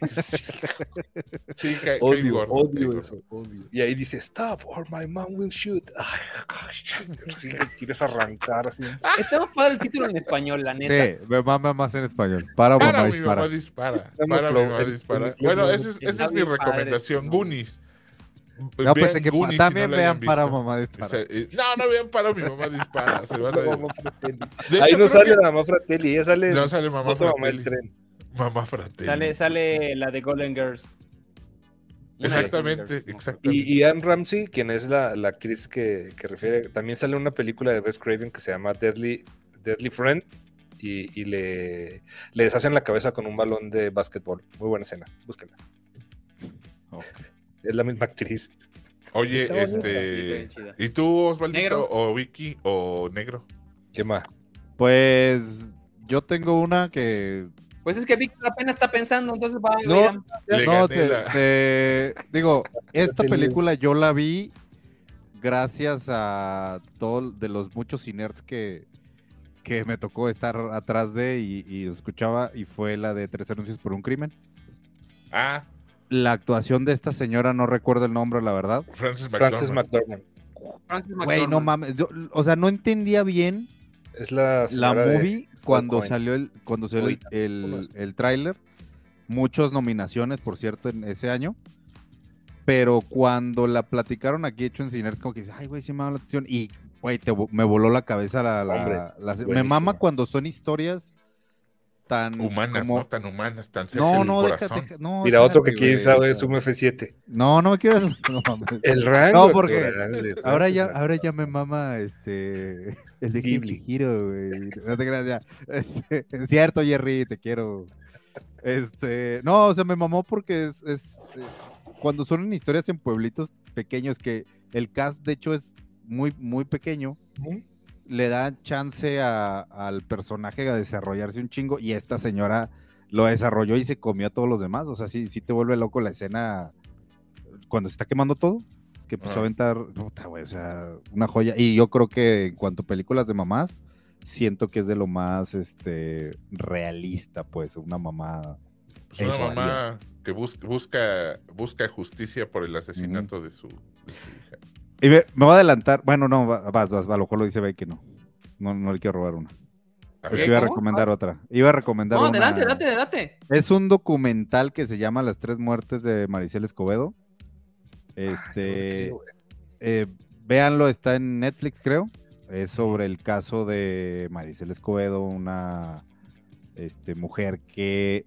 Sí, cae Odio, gordo, cae odio gordo. eso, odio. Y ahí dice, stop, or my mom will shoot. Ay, sí, le quieres arrancar así. Está más padre el título en español, la neta. Sí, me mama más en español. Para o Para mamá mi dispara. mamá dispara. Está muy Para mi flow, mamá el- dispara. el- Bueno, el- esa es está mi bien padre, recomendación. ¿no? Goonies. Yo pensé Vean que Goonies si también no la hayan vean para visto. mamá dispara. No vean Para mi mamá dispara. Se van a... Mamá Fratelli. De Ahí hecho, no creo sale que- la mamá Fratelli, ella sale. No sale mamá otra mamá Fratelli. del tren. Mamá Fratelli. Sale la de Golden Girls. Una de Exactamente, Golden Girls, ¿no? exactamente. Y Anne Ramsey, quien es la actriz que refiere, también sale en una película de Wes Craven que se llama Deadly Friend y le deshacen la cabeza con un balón de básquetbol. Muy buena escena, búsquenla. Ok. Es la misma actriz. Oye, Está bonita, sí, está bien chida. ¿y tú, Osvaldito, Negro. o Vicky, o Negro? ¿Qué más? Pues yo tengo una que Pues es que Víctor apenas está pensando, entonces va a No. ir a- Le no, gané la- digo, esta Fratelli película yo la vi gracias a todos de los muchos inerts que me tocó estar atrás de y escuchaba, y fue la de 3 anuncios por un crimen. Ah, La actuación de esta señora, no recuerdo el nombre, la verdad. Frances Frances McDormand. McDormand. Francis Güey, no McDormand. mames. O sea, no entendía bien Es la la señora de- movie cuando Cohen. salió el ¿Cómo es? el tráiler. Muchas nominaciones, por cierto, en ese año. Pero cuando la platicaron aquí hecho en Ciners, como que dice, ay, güey, sí me llama la atención. Y, güey, me voló la cabeza Hombre, me buenísima. mama cuando son historias tan Humanas, como- ¿no? Tan humanas, tan cerca No, del no, corazón. no, Mira, otro que espérate, quiere güey, saber o es sea, un F7. No, no me quiero. No, mames. El rango. No, porque actoral de Ahora Frances ya, McDormand. ahora ya me mama el de Ghibli. Ghibli Hero, güey. No te creas ya. Es cierto, Jerry, te quiero. No, o sea, me mamó porque cuando son en historias en pueblitos pequeños, que el cast de hecho es muy, muy pequeño, Ujú. le da chance al personaje a desarrollarse un chingo, y esta señora lo desarrolló y se comió a todos los demás. O sea, sí te vuelve loco la escena cuando se está quemando todo, que empezó a aventar, puta, güey, o sea, una joya. Y yo creo que en cuanto a películas de mamás, siento que es de lo más realista, pues, una mamá. Pues una Eso mamá que busca justicia por el asesinato de su hija. Y me voy a adelantar. Bueno, no, vas, a lo mejor lo dice Bay que no. No le quiero robar una. A Es ver, que iba a ¿cómo? recomendar otra. Iba a recomendar No, una. adelante, date. Es un documental que se llama Las 3 muertes de Maricel Escobedo. Véanlo, está en Netflix, creo. Es sobre el caso de Maricel Escobedo, una mujer que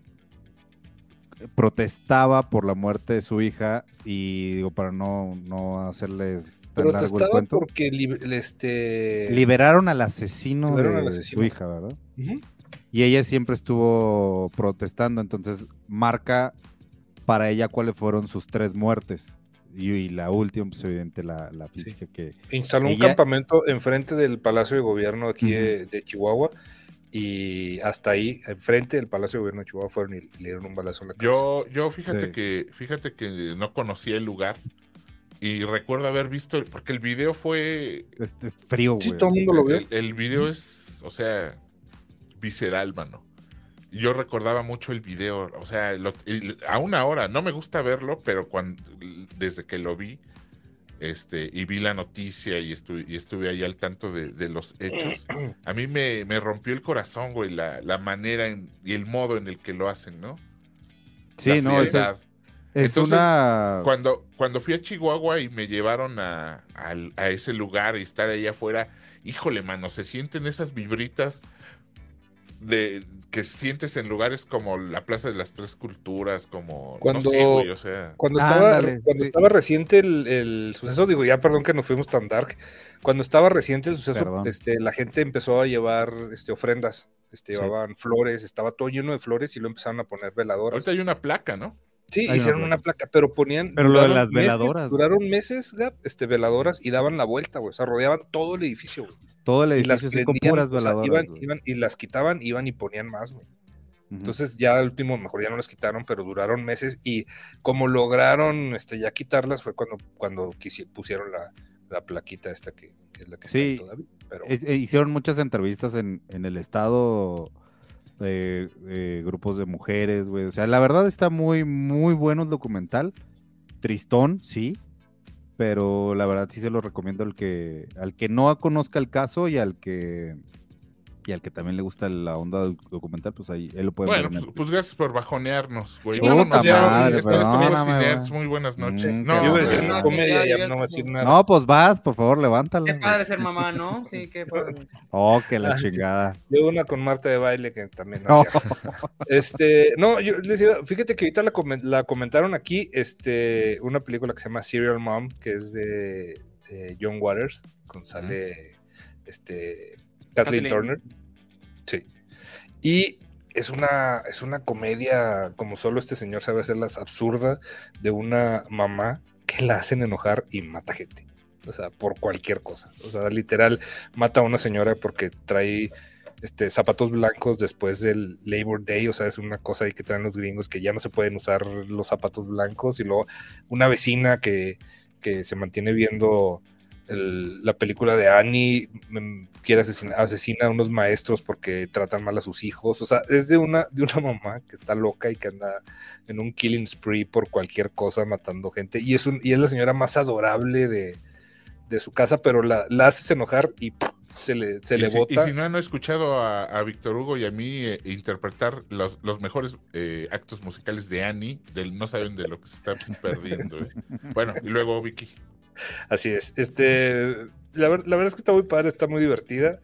protestaba por la muerte de su hija y digo, para no hacerles tan largo el Protestaba cuento, porque liberaron al asesino Liberaron de al asesino. su hija, ¿verdad? Ujú. Y ella siempre estuvo protestando, entonces marca para ella cuáles fueron sus 3 muertes. Y la última, pues evidente, la física que... Instaló un Ella- campamento enfrente del Palacio de Gobierno aquí Ujú. de Chihuahua, y hasta ahí, enfrente del Palacio de Gobierno de Chihuahua, fueron y le dieron un balazo en la cabeza. yo fíjate Sí. que no conocía el lugar y recuerdo haber visto, porque el video fue, Es frío, Sí, güey. todo el mundo lo vio. el video es, o sea, visceral, mano. Y yo recordaba mucho el video, o sea, aún ahora, no me gusta verlo, pero desde que lo vi, y vi la noticia y estuve ahí al tanto de los hechos, a mí me rompió el corazón, güey, la manera y el modo en el que lo hacen, ¿no? Sí, La no, frialdad. es Entonces, una... Cuando fui a Chihuahua y me llevaron a ese lugar y estar ahí afuera, híjole, mano, se sienten esas vibritas que sientes en lugares como la Plaza de las Tres Culturas, como, Cuando- no sé, güey, o sea... Cuando Ándale, sí. estaba reciente el suceso, digo, ya perdón que nos fuimos tan dark, cuando estaba reciente el suceso, Perdón. la gente empezó a llevar ofrendas, llevaban flores, estaba todo lleno de flores y lo empezaron a poner veladoras. Ahorita hay una placa, ¿no? Sí, Hay hicieron una una placa, pero ponían... Pero lo de duraron las veladoras, Duraron meses, Gab, veladoras, y daban la vuelta, güey, o sea, rodeaban todo el edificio, güey. todo el Y las edificio así con prendían, puras o sea, veladoras. güey. iban y las quitaban, iban y ponían más, güey. Ujú. Entonces ya al último, mejor ya no las quitaron, pero duraron meses, y como lograron ya quitarlas fue cuando pusieron la plaquita esta que es la que está ahí Sí. todavía. Pero Hicieron muchas entrevistas en el estado de grupos de mujeres, güey. O sea, la verdad está muy, muy bueno el documental. Tristón, sí. Pero la verdad sí se lo recomiendo al que no conozca el caso y al que también le gusta la onda del documental, pues ahí él lo puede ver. Bueno, pues gracias por bajonearnos, güey. Sí, Vámonos puta ya, madre, esto fue perdóname, Cinerts, güey. muy buenas noches. No, yo iba a no, decir no, una no, comedia, ya, ya no voy a decir nada. No, pues vas, por favor, levántala. Qué padre ser mamá, ¿no? Sí, qué padre. Oh, que la Ah, sí. chingada. Yo una con Marta de Baile que también No. hacía. No, yo les iba, fíjate que ahorita la comentaron aquí, una película que se llama Serial Mom, que es de John Waters, sale Kathleen Turner. Sí. Y es una comedia, como solo este señor sabe hacerlas, absurda, de una mamá que la hacen enojar y mata gente. O sea, por cualquier cosa. O sea, literal, mata a una señora porque trae zapatos blancos después del Labor Day. O sea, es una cosa ahí que traen los gringos, que ya no se pueden usar los zapatos blancos. Y luego una vecina que se mantiene viendo la película de Annie, quiere asesina a unos maestros porque tratan mal a sus hijos. O sea, es de una mamá que está loca y que anda en un killing spree por cualquier cosa, matando gente. Y es la señora más adorable de su casa, pero la haces enojar y se le bota. Y si no han escuchado a Víctor Hugo y a mí interpretar los mejores actos musicales de Annie, no saben de lo que se están perdiendo. Bueno, y luego Vicky. Así es. La verdad es que está muy padre, está muy divertida.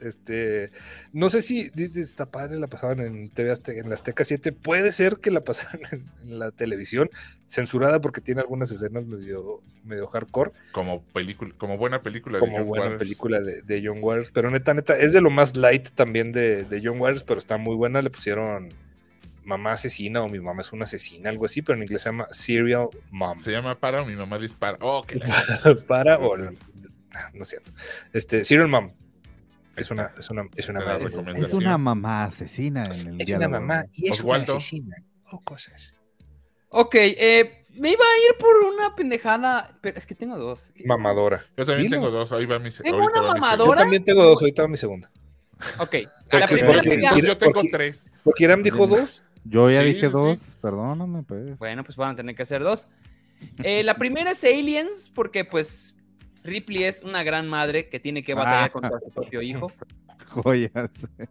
No sé si dice está padre, la pasaban en TV Azteca, en la Azteca 7. Puede ser que la pasaran en la televisión, censurada porque tiene algunas escenas medio hardcore. Como buena película de Como John buena Waters. película de John Waters. Pero neta, es de lo más light también de John Waters, pero está muy buena. Le pusieron Mamá Asesina o Mi Mamá es una Asesina, algo así, pero en inglés se llama Serial Mom. Se llama Para o Mi Mamá Dispara. Oh, que Para o no es cierto. Serial Mom es una madre. Es una mamá asesina en el Es diálogo. una mamá y es Oswaldo. una asesina o cosas. Ok, me iba a ir por una pendejada, pero es que tengo dos. Mamadora. Yo también Dilo. tengo dos. Ahí va mi ¿Tengo ahorita una va mi mamadora? Yo ¿Ahora? también tengo dos, ahorita va mi segunda. Ok, la Porque- primera porque- sería... Pues yo tengo porque- tres. Porque Irán dijo dos Yo ya Sí, dije sí, dos, sí. perdóname, pues. Bueno, pues van a tener que hacer dos. La primera es Aliens, porque pues Ripley es una gran madre que tiene que batallar contra su propio hijo. Joyas.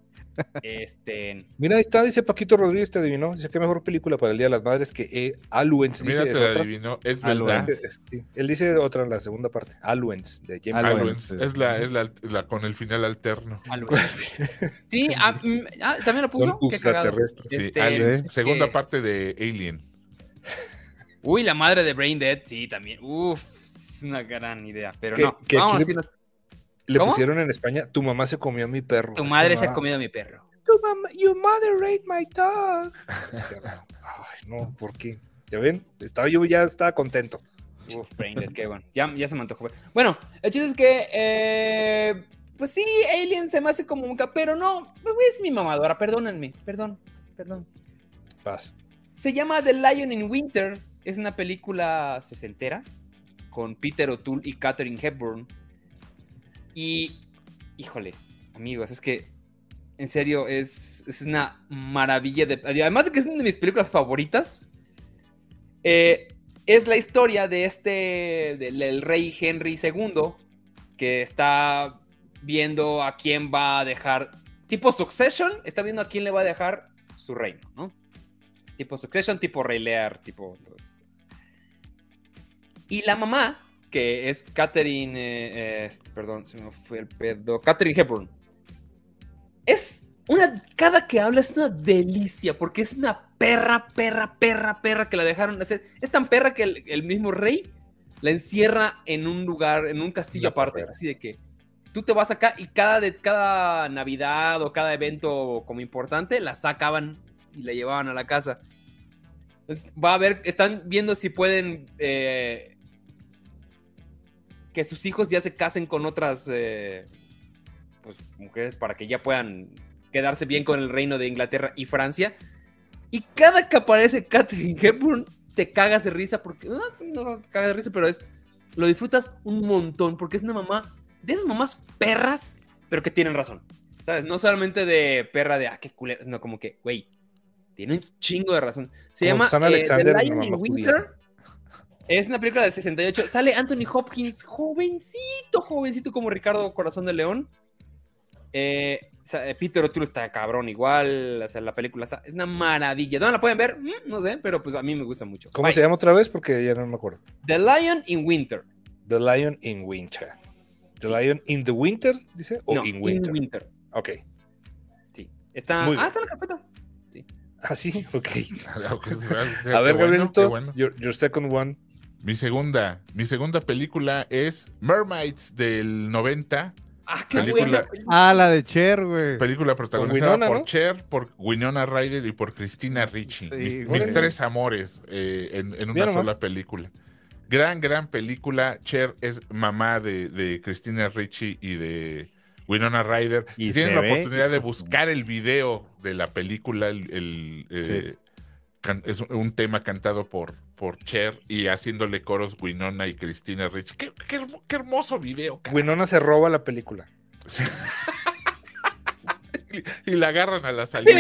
Mira, ahí está, dice Paquito Rodríguez, te adivinó. Dice que mejor película para el Día de las Madres que Aluens. Mira, Dice, te es la otra. adivinó. Es Aluens. verdad. Sí. Él dice otra, la segunda parte. Aluens, de James Aluens. Aluens. Es la con el final alterno. Sí, también lo puso. Son Qué cagado. extraterrestres. Sí, Aliens. ¿sí? Segunda que- parte de Alien. Uy, la madre de Brain Dead, sí, también. Uf, es una gran idea. Pero Que- no, que vamos a aquí decirnos, Le ¿Cómo? pusieron en España, tu mamá se comió a mi perro. tu Así, madre se ha ¿verdad? comido a mi perro. Your mother ate my dog. Ay, no, ¿por qué? ¿Ya ven? Yo ya estaba contento. Uf, Brain Dead, qué bueno. Ya se me antojó. Bueno, el chiste es que, pues sí, Alien se me hace como un pero no, es mi mamadora, perdónenme, perdón. Paz. Se llama The Lion in Winter, es una película sesentera con Peter O'Toole y Katharine Hepburn. Y, híjole, amigos, es que en serio es una maravilla. Además de que es una de mis películas favoritas, es la historia de del rey Henry II, que está viendo a quién va a dejar, tipo Succession, está viendo a quién le va a dejar su reino, ¿no? Tipo Succession, tipo Rey Lear, tipo todas esas cosas. Y la mamá, que es Katharine, perdón, se me fue el pedo, Katharine Hepburn, cada que habla es una delicia, porque es una perra que la dejaron hacer. Es tan perra que el mismo rey la encierra en un lugar, en un castillo aparte, perra. así de que tú te vas acá y cada Navidad o cada evento como importante la sacaban y la llevaban a la casa. Entonces, están viendo si pueden que sus hijos ya se casen con otras pues, mujeres para que ya puedan quedarse bien con el reino de Inglaterra y Francia. Y cada que aparece Katharine Hepburn, te cagas de risa porque no te cagas de risa, pero lo disfrutas un montón porque es una mamá de esas mamás perras, pero que tienen razón, ¿sabes? No solamente de perra de qué culera, sino como que, güey, tiene un chingo de razón. Se Como llama Susana Alexander, The Lion una in mamá Winter. judía. Es una película del 68. Sale Anthony Hopkins, jovencito como Ricardo Corazón de León. Peter O'Toole está cabrón igual. O sea, la película es una maravilla. ¿Dónde la pueden ver? No sé, pero pues a mí me gusta mucho. ¿Cómo Bye. se llama otra vez? Porque ya no me acuerdo. The Lion in Winter. The Lion in Winter. The Sí. Lion in the Winter, dice, o No, in Winter. Ok. Sí. Está Muy bien. está en la carpeta. Ah, sí, ok. Qué A ver, bueno, Gabrielito, qué bueno. your second one. Mi segunda película es Mermaids del 90. Qué Película- buena. La de Cher, güey. Película protagonizada Winona, por ¿no? Cher, por Winona Ryder y por Christina Ricci. Sí, mis güey. tres amores en una Mira sola nomás. película. Gran película. Cher es mamá de Christina Ricci y de Winona Ryder. Y Si tienen se la ve, oportunidad de hijo de su buscar el video de la película, es un tema cantado por Cher y haciéndole coros Winona y Christina Ricci. Qué hermoso video, cara. Winona se roba la película. Y la agarran a la salida.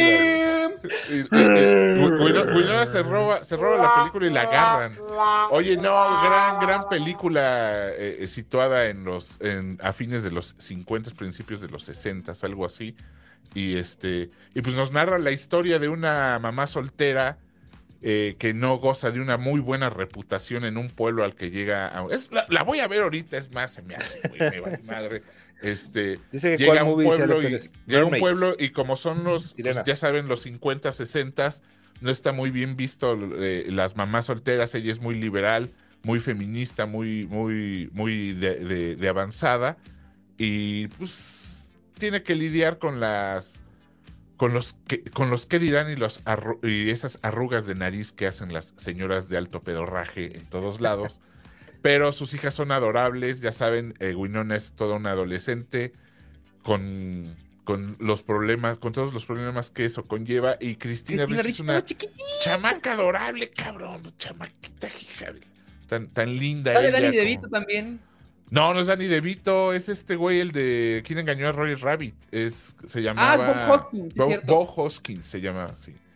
Winona se roba la película y la agarran. Oye, no, gran película situada a fines de los 50, principios de los 60, algo así. Y pues nos narra la historia de una mamá soltera que no goza de una muy buena reputación en un pueblo al que llega. La voy a ver ahorita, es más, se me hace, güey, me vale madre. Dice que Llega cuál a un movie dice pueblo Ale y, Pérez. llega a un Mermaids. pueblo y como son los, Sirenas. ya saben, los 50, 60, no está muy bien visto las mamás solteras. Ella es muy liberal, muy feminista, muy de avanzada y pues tiene que lidiar con los que dirán y esas arrugas de nariz que hacen las señoras de alto pedorraje en todos lados. Pero sus hijas son adorables, ya saben, Winona es toda una adolescente con los problemas, con todos los problemas que eso conlleva. Y Christina Ricci es una chamaca adorable, cabrón, chamaquita hija tan linda. Sale ella Danny como- DeVito también. No es Danny DeVito, es este güey, el de ¿Quién engañó a Roger Rabbit? Se llamaba es Bob Hoskins, sí, Bob cierto. Hoskins se llama, sí.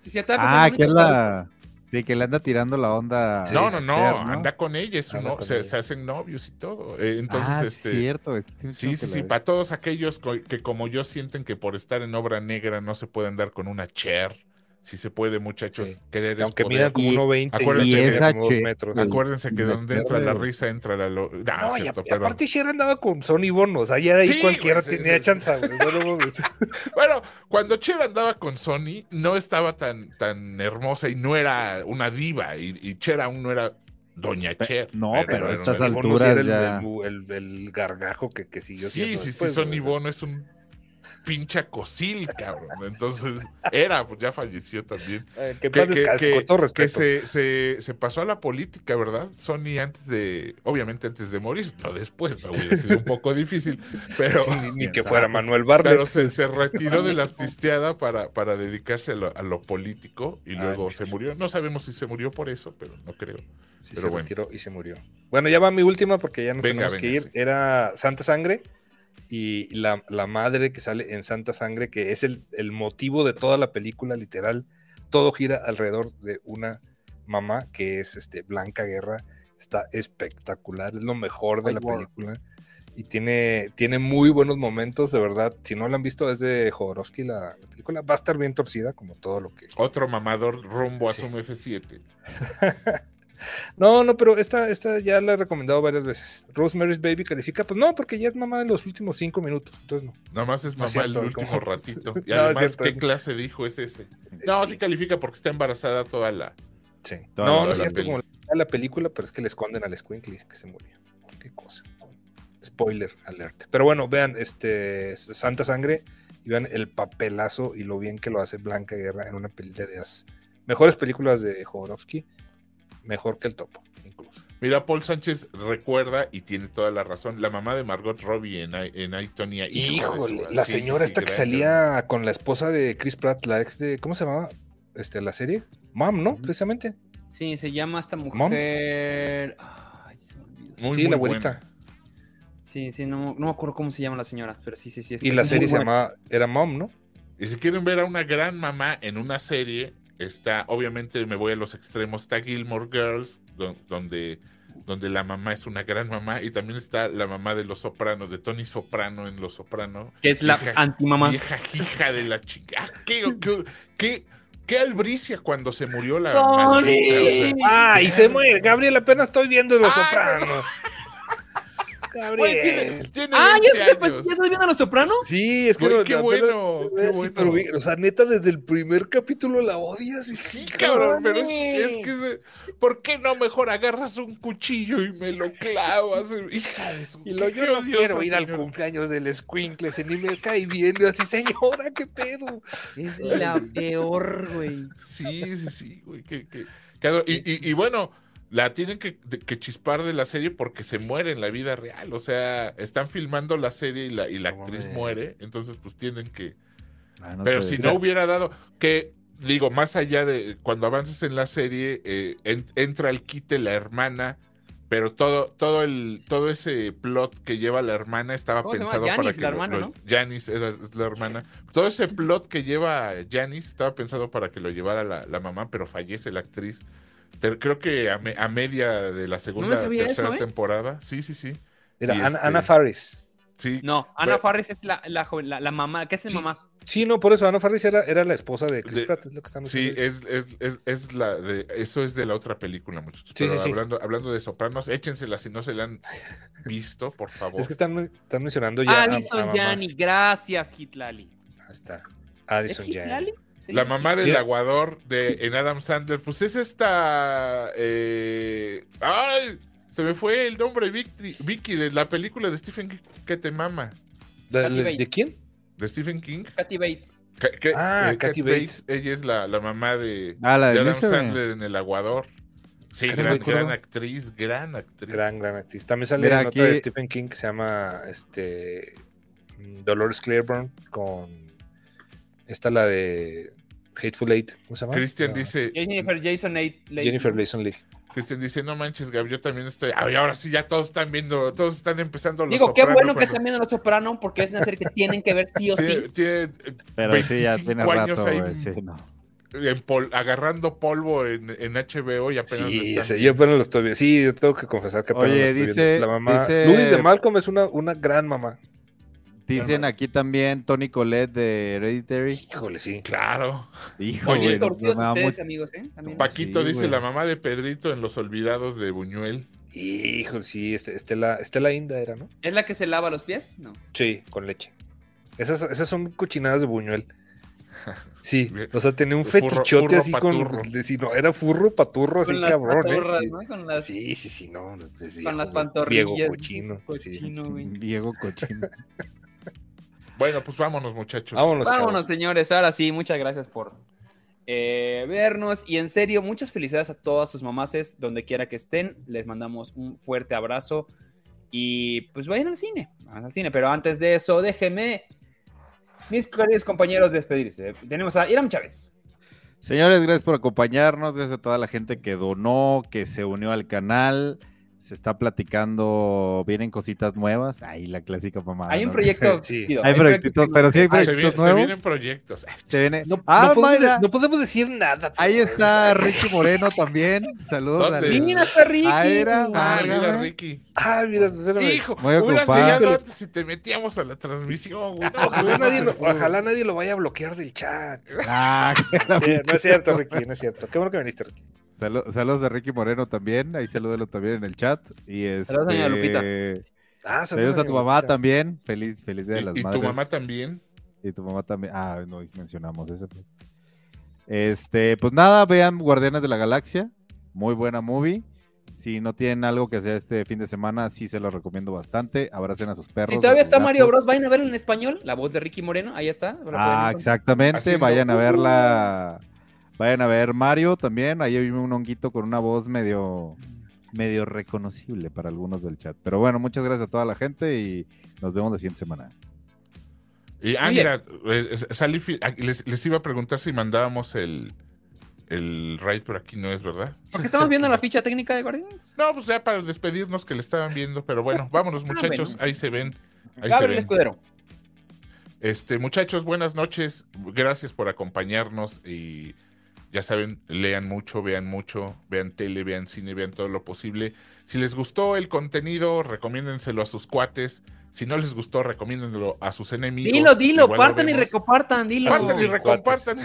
Sí, estaba pensando que es mucho. la... Sí, que le anda tirando la onda. No, a Cher, anda con ella, Anda con se ella. hacen novios y todo. Entonces, sí, cierto. sí, para todos aquellos que como yo sienten que por estar en obra negra no se pueden dar con una Cher. Si se puede, muchachos, Sí. querer es Aunque poder. midan como Y- 1.20 acuérdense y que- mide como 2 Che- metros. Acuérdense que Me donde entra la pierde. risa, entra la... No, cierto, y pero... aparte Cher andaba con Sonny Bono, o sea, ya ahí Sí, cualquiera güey, sí, tenía sí, chance, güey. Solo, pues, Bueno, cuando Cher andaba con Sony, no estaba tan hermosa y no era una diva. Y Cher aún no era Doña Cher. no, pero era a estas una- Sonny Bono sí era alturas ya. el gargajo que siguió Sí, siendo sí, después, Sonny güey, Bono es un pinche cosil, cabrón. Entonces, pues ya falleció también. que paz descanse, con todo que respeto. se pasó a la política, ¿verdad? Sony obviamente antes de morir, pero después no hubiera sido un poco difícil, pero, Sí, ni que fuera Manuel Barlet. pero se retiró de la artisteada para dedicarse a lo político y luego se murió. No sabemos si se murió por eso, pero no creo. Sí, pero se bueno. retiró y se murió. Bueno, ya va mi última porque ya nos Venga, tenemos que ir. sí. Era Santa Sangre y la madre que sale en Santa Sangre, que es el motivo de toda la película, literal. Todo gira alrededor de una mamá que es Blanca Guerra. Está espectacular, es lo mejor de la película. Y tiene muy buenos momentos, de verdad. Si no la han visto, es de Jodorowsky la película. Va a estar bien torcida, como todo lo que... Otro mamador rumbo a Zoom F7. No, pero esta ya la he recomendado varias veces. Rosemary's Baby califica, pues no, porque ya es mamá en los últimos 5 minutos, entonces no. Nada más es No mamá es cierto, el último ¿cómo? ratito. Y No, es además, cierto. ¿qué clase de hijo es ese? No, sí califica porque está embarazada toda la... Sí. Toda No la es cierto peli. como la película, pero es que le esconden al Squinkle y dice que se murió. Qué cosa. Spoiler alert. Pero bueno, vean Santa Sangre y vean el papelazo y lo bien que lo hace Blanca Guerra en una película de las mejores películas de Jodorowsky, mejor que El Topo, incluso. Mira, Paul Sánchez recuerda, y tiene toda la razón, la mamá de Margot Robbie en Aitonia. Híjole, la señora esta que salía con la esposa de Chris Pratt, la ex de, ¿cómo se llamaba? La serie, Mom, ¿no? Precisamente. Sí, se llama esta mujer. Ay, se me olvidó. Muy, Sí, muy la abuelita. buena. Sí, no me acuerdo cómo se llama la señora, pero sí. Y la es serie muy se buena. llamaba, era Mom, ¿no? Y si quieren ver a una gran mamá en una serie, obviamente me voy a los extremos, está Gilmore Girls, donde la mamá es una gran mamá, y también está la mamá de Los Sopranos, de Tony Soprano en Los Soprano. Que es la antimamá. Vieja hija de la chica. ¿Qué albricia cuando se murió la Tony. maldita, o sea. Y se muere. Gabriel, apenas estoy viendo Los Ah, Sopranos. Güey, Gabriel. tiene Ah, 20 ¿ya años. estás viendo a Los Soprano? Sí, es que Güey, no, qué apenas- bueno, qué sí, bueno. pero, o sea, neta, desde el primer capítulo la odias. Sí, cabrón, pero es que... ¿Por qué no mejor agarras un cuchillo y me lo clavas? Hija de su... Y yo qué no odiosa quiero ir al señora. cumpleaños del Squinkle, se ni me cae bien. Y así, señora, qué pedo. Es la peor, güey. Sí, güey. Y bueno, la tienen que chispar de la serie porque se muere en la vida real. O sea, están filmando la serie y la No actriz mames. muere. Entonces, pues tienen que... Ah, no Pero sé. si no hubiera dado... que digo, más allá de cuando avances en la serie, entra al quite la hermana, pero todo ese plot que lleva la hermana estaba ¿Cómo se llama? pensado para Janice, que la hermana, ¿no? Janice era la hermana. Todo ese plot que lleva Janice estaba pensado para que lo llevara la mamá, pero fallece la actriz. Creo que a media de la segunda sabía tercera eso, ¿eh? temporada. Sí. Era Y Ana Faris. Sí. No, Ana Faris es la mamá. ¿Qué es Sí. mamá? Sí, no, por eso Ana Faris era la esposa de Chris De- Pratt, es lo que estamos Sí, diciendo. es la de eso es de la otra película, muchachos. Sí, Pero sí. hablando de Sopranos, échensela si no se la han visto, por favor. Es que están mencionando ya Alison a mamás. Janney, gracias, Hitlali. Ahí está. ¿Es Alison Hitlali? Janney. La mamá del Mira. aguador en Adam Sandler, pues es esta ¡ay! Se me fue el nombre, Vicky, de la película de Stephen King que te mama. Kathy Bates. ¿De quién? De Stephen King. Kathy Bates. Kathy Kathy Bates. Ella es la mamá de Ah, la de Adam Elizabeth. Sandler en El Aguador. Sí, Ah, no me acuerdo. gran actriz. Gran actriz. También sale Mira, en otra de aquí- Stephen King que se llama Dolores Claiborne con la de Hateful Eight. ¿Cómo se llama? Christian No, dice, Jennifer Jason Leigh. Christian dice, no manches, Gabriel, yo también estoy. Ay, ahora sí, ya todos están viendo, todos están empezando los Digo, qué Soprano bueno que cuando- están viendo Los Soprano porque es una serie que tienen que ver sí o sí. Tiene Pero sí, ya 25 tiene años rato, ahí. güey, sí, no. agarrando polvo en HBO y apenas. Sí, yo apenas lo estoy viendo. Sí, yo tengo que confesar que apenas Oye, lo estoy dice- viendo. La mamá. dice- Luis de Malcolm es una gran mamá. Dicen aquí también Toni Collette de Hereditary. Híjole, sí. Claro. Hijo, Oye, güey, Bien torcidos me da ustedes, mucho- amigos, ¿eh? También. Paquito Sí, dice güey. la mamá de Pedrito en Los Olvidados de Buñuel. Híjole, sí. Estela Inda era, ¿no? ¿Es la que se lava los pies? No. Sí, con leche. Esas son cochinadas de Buñuel. Sí, o sea, tenía un Furro- fetichote furro así paturro. Sí, no, era furro paturro, así Con las cabrón, patorras, ¿eh? ¿no? Con las, Sí, no. Pues, con viejo, las güey, pantorrillas. Viejo cochino. Sí. Cochino, güey. Diego Cochino. Bueno, pues vámonos, muchachos. Vámonos, Vámonos, chavos. señores. Ahora sí, muchas gracias por vernos. Y en serio, muchas felicidades a todas sus mamases, donde quiera que estén. Les mandamos un fuerte abrazo. Y pues vayan al cine. Pero antes de eso, déjenme, mis queridos compañeros, despedirse. Tenemos a Iram Chávez. Señores, gracias por acompañarnos, gracias a toda la gente que donó, que se unió al canal. Se está platicando, vienen cositas nuevas. Ahí la clásica mamada. Hay un ¿no? proyecto. Sí. chido, Hay un proyecto proyectitos, pero sí hay Se, proyectos se nuevos. vienen proyectos. Se viene. No, Ah, podemos, Mayra. no podemos decir nada. Ahí está Ricky Moreno también. Saludos. ¿Dónde? al- Mira, está Ricky. Aira, Ah, mira, válgame. Ricky. Ah, mira, espérame. Hijo, Muy hubieras ocupado. llegado antes si te metíamos a la transmisión, güey. No, Ojalá nadie lo vaya a bloquear del chat. Ah, Sí, no es cierto, Ricky, no es cierto. Qué bueno que viniste, Ricky. saludos de Ricky Moreno también. Ahí salúdelo también en el chat. Y Saludos, doña Lupita. Saludos a tu mamá también. Feliz Día de las Y Madres. tu mamá también. Y tu mamá también. Ah, no mencionamos eso. Pues nada, vean Guardianes de la Galaxia. Muy buena movie. Si no tienen algo que hacer este fin de semana, sí se lo recomiendo bastante. Abracen a sus perros. Si todavía a sus está Mario gatos. Bros, vayan a verlo en español. La voz de Ricky Moreno, ahí está. la pueden encontrar. Exactamente. Haciendo- Vayan a verla. Vayan a ver Mario también. Ahí hay un honguito con una voz medio reconocible para algunos del chat. Pero bueno, muchas gracias a toda la gente y nos vemos la siguiente semana. Y, Muy mira, les iba a preguntar si mandábamos el raid, pero aquí no es, ¿verdad? Porque estamos viendo la ficha técnica de Guardianes. No, pues ya para despedirnos que le estaban viendo, pero bueno, vámonos muchachos, bueno. ahí se ven. Ahí se Gabriel ven. Escudero. Muchachos, buenas noches, gracias por acompañarnos y ya saben, lean mucho, vean tele, vean cine, vean todo lo posible. Si les gustó el contenido, recomiéndenselo a sus cuates. Si no les gustó, recomiéndenlo a sus enemigos. Dilo, Igual lo partan y vemos. recopartan, dilo. Partan y Los recompartan.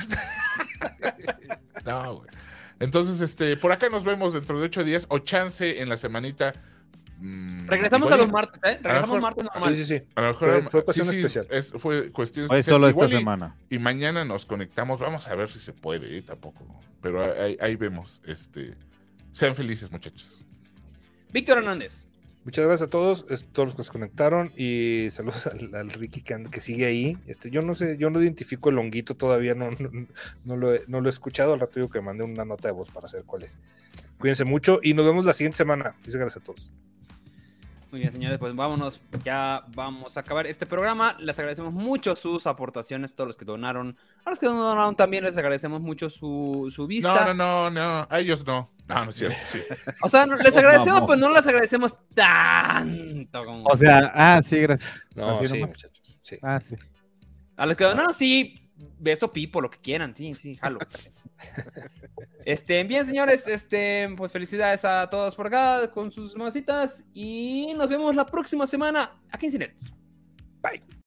No, güey. Entonces, por acá nos vemos dentro de 8 días o chance en la semanita. Regresamos igual a y- los martes, ¿eh? Regresamos mejor- martes normal. Sí. A lo mejor Fue cuestión especial. Fue cuestión Hoy especial. solo esta Igual y- semana. Y mañana nos conectamos. Vamos a ver si se puede, tampoco. Pero ahí vemos. Sean felices, muchachos. Víctor Hernández. Muchas gracias a todos los que se conectaron y saludos al Ricky que sigue ahí. Yo no sé, yo no identifico el honguito todavía, no lo he escuchado. Al rato digo que mandé una nota de voz para saber cuál es. Cuídense mucho y nos vemos la siguiente semana. Muchas gracias a todos. Muy bien, señores, pues vámonos. Ya vamos a acabar este programa. Les agradecemos mucho sus aportaciones, todos los que donaron. A los que no donaron también les agradecemos mucho su vista. No. A ellos no. No es cierto. Sí. O sea, les agradecemos, Mamón. pues no les agradecemos tanto como... O sea, sí, gracias. No, Así sí, nomás. muchachos. Sí. Sí. A los que donaron, sí, beso pipo, lo que quieran, sí, jalo. Bien, señores, pues felicidades a todos por acá con sus masitas y nos vemos la próxima semana aquí en Cinerex. Bye.